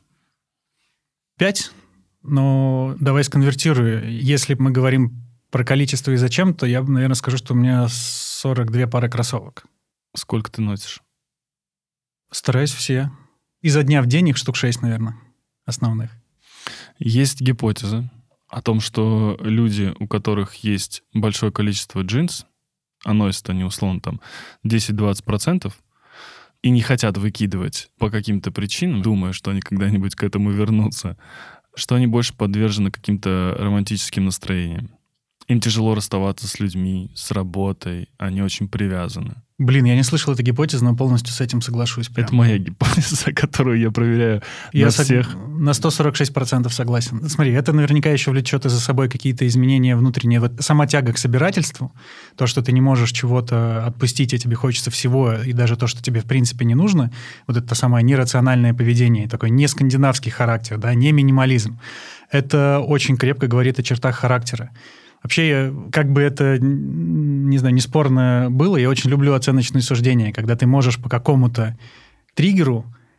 Пять. Но давай сконвертирую. Если мы говорим про количество и зачем, то я, наверное, скажу, что у меня сорок две пары кроссовок. Сколько ты носишь? Стараюсь все. Изо дня в день их штук шесть, наверное, основных. Есть гипотеза о том, что люди, у которых есть большое количество джинс, а носят они условно там десять-двадцать процентов, и не хотят выкидывать по каким-то причинам, думая, что они когда-нибудь к этому вернутся, что они больше подвержены каким-то романтическим настроениям. Им тяжело расставаться с людьми, с работой, они очень привязаны. Блин, я не слышал этой гипотезы, но полностью с этим соглашусь. Прям. Это моя гипотеза, которую я проверяю я на всех. Сог... На сто сорок шесть процентов согласен. Смотри, это наверняка еще влечет за собой какие-то изменения внутренние. Вот сама тяга к собирательству, то, что ты не можешь чего-то отпустить, а тебе хочется всего, и даже то, что тебе в принципе не нужно, вот это самое нерациональное поведение, такой не скандинавский характер, да, не минимализм. Это очень крепко говорит о чертах характера. Вообще, как бы это, не знаю, неспорно было, я очень люблю оценочные суждения, когда ты можешь по какому-то триггеру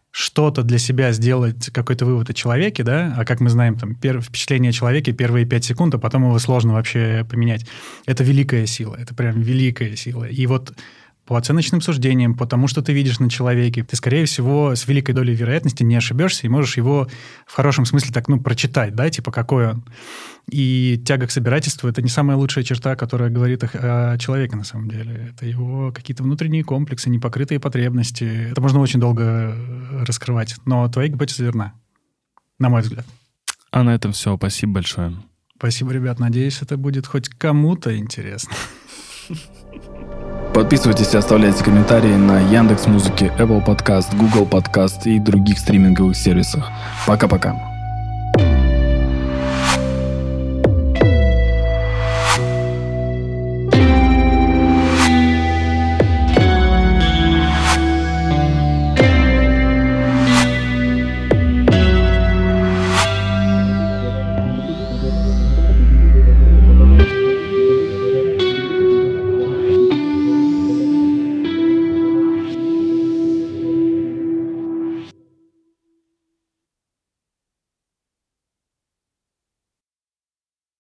что-то для себя сделать, какой-то вывод о человеке, да, а как мы знаем, там, пер... впечатление о человеке первые пять секунд, а потом его сложно вообще поменять. Это великая сила, это прям великая сила. И вот по оценочным суждениям, по тому, что ты видишь на человеке, ты, скорее всего, с великой долей вероятности не ошибешься и можешь его в хорошем смысле так, ну, прочитать, да, типа, какой он. И тяга к собирательству – это не самая лучшая черта, которая говорит о, о человеке на самом деле. Это его какие-то внутренние комплексы, непокрытые потребности. Это можно очень долго раскрывать. Но твоя гипотеза верна, на мой взгляд. А на этом все. Спасибо большое. Спасибо, ребят. Надеюсь, это будет хоть кому-то интересно. Подписывайтесь и оставляйте комментарии на Яндекс.Музыке, Apple Podcast, Google Podcast и других стриминговых сервисах. Пока-пока.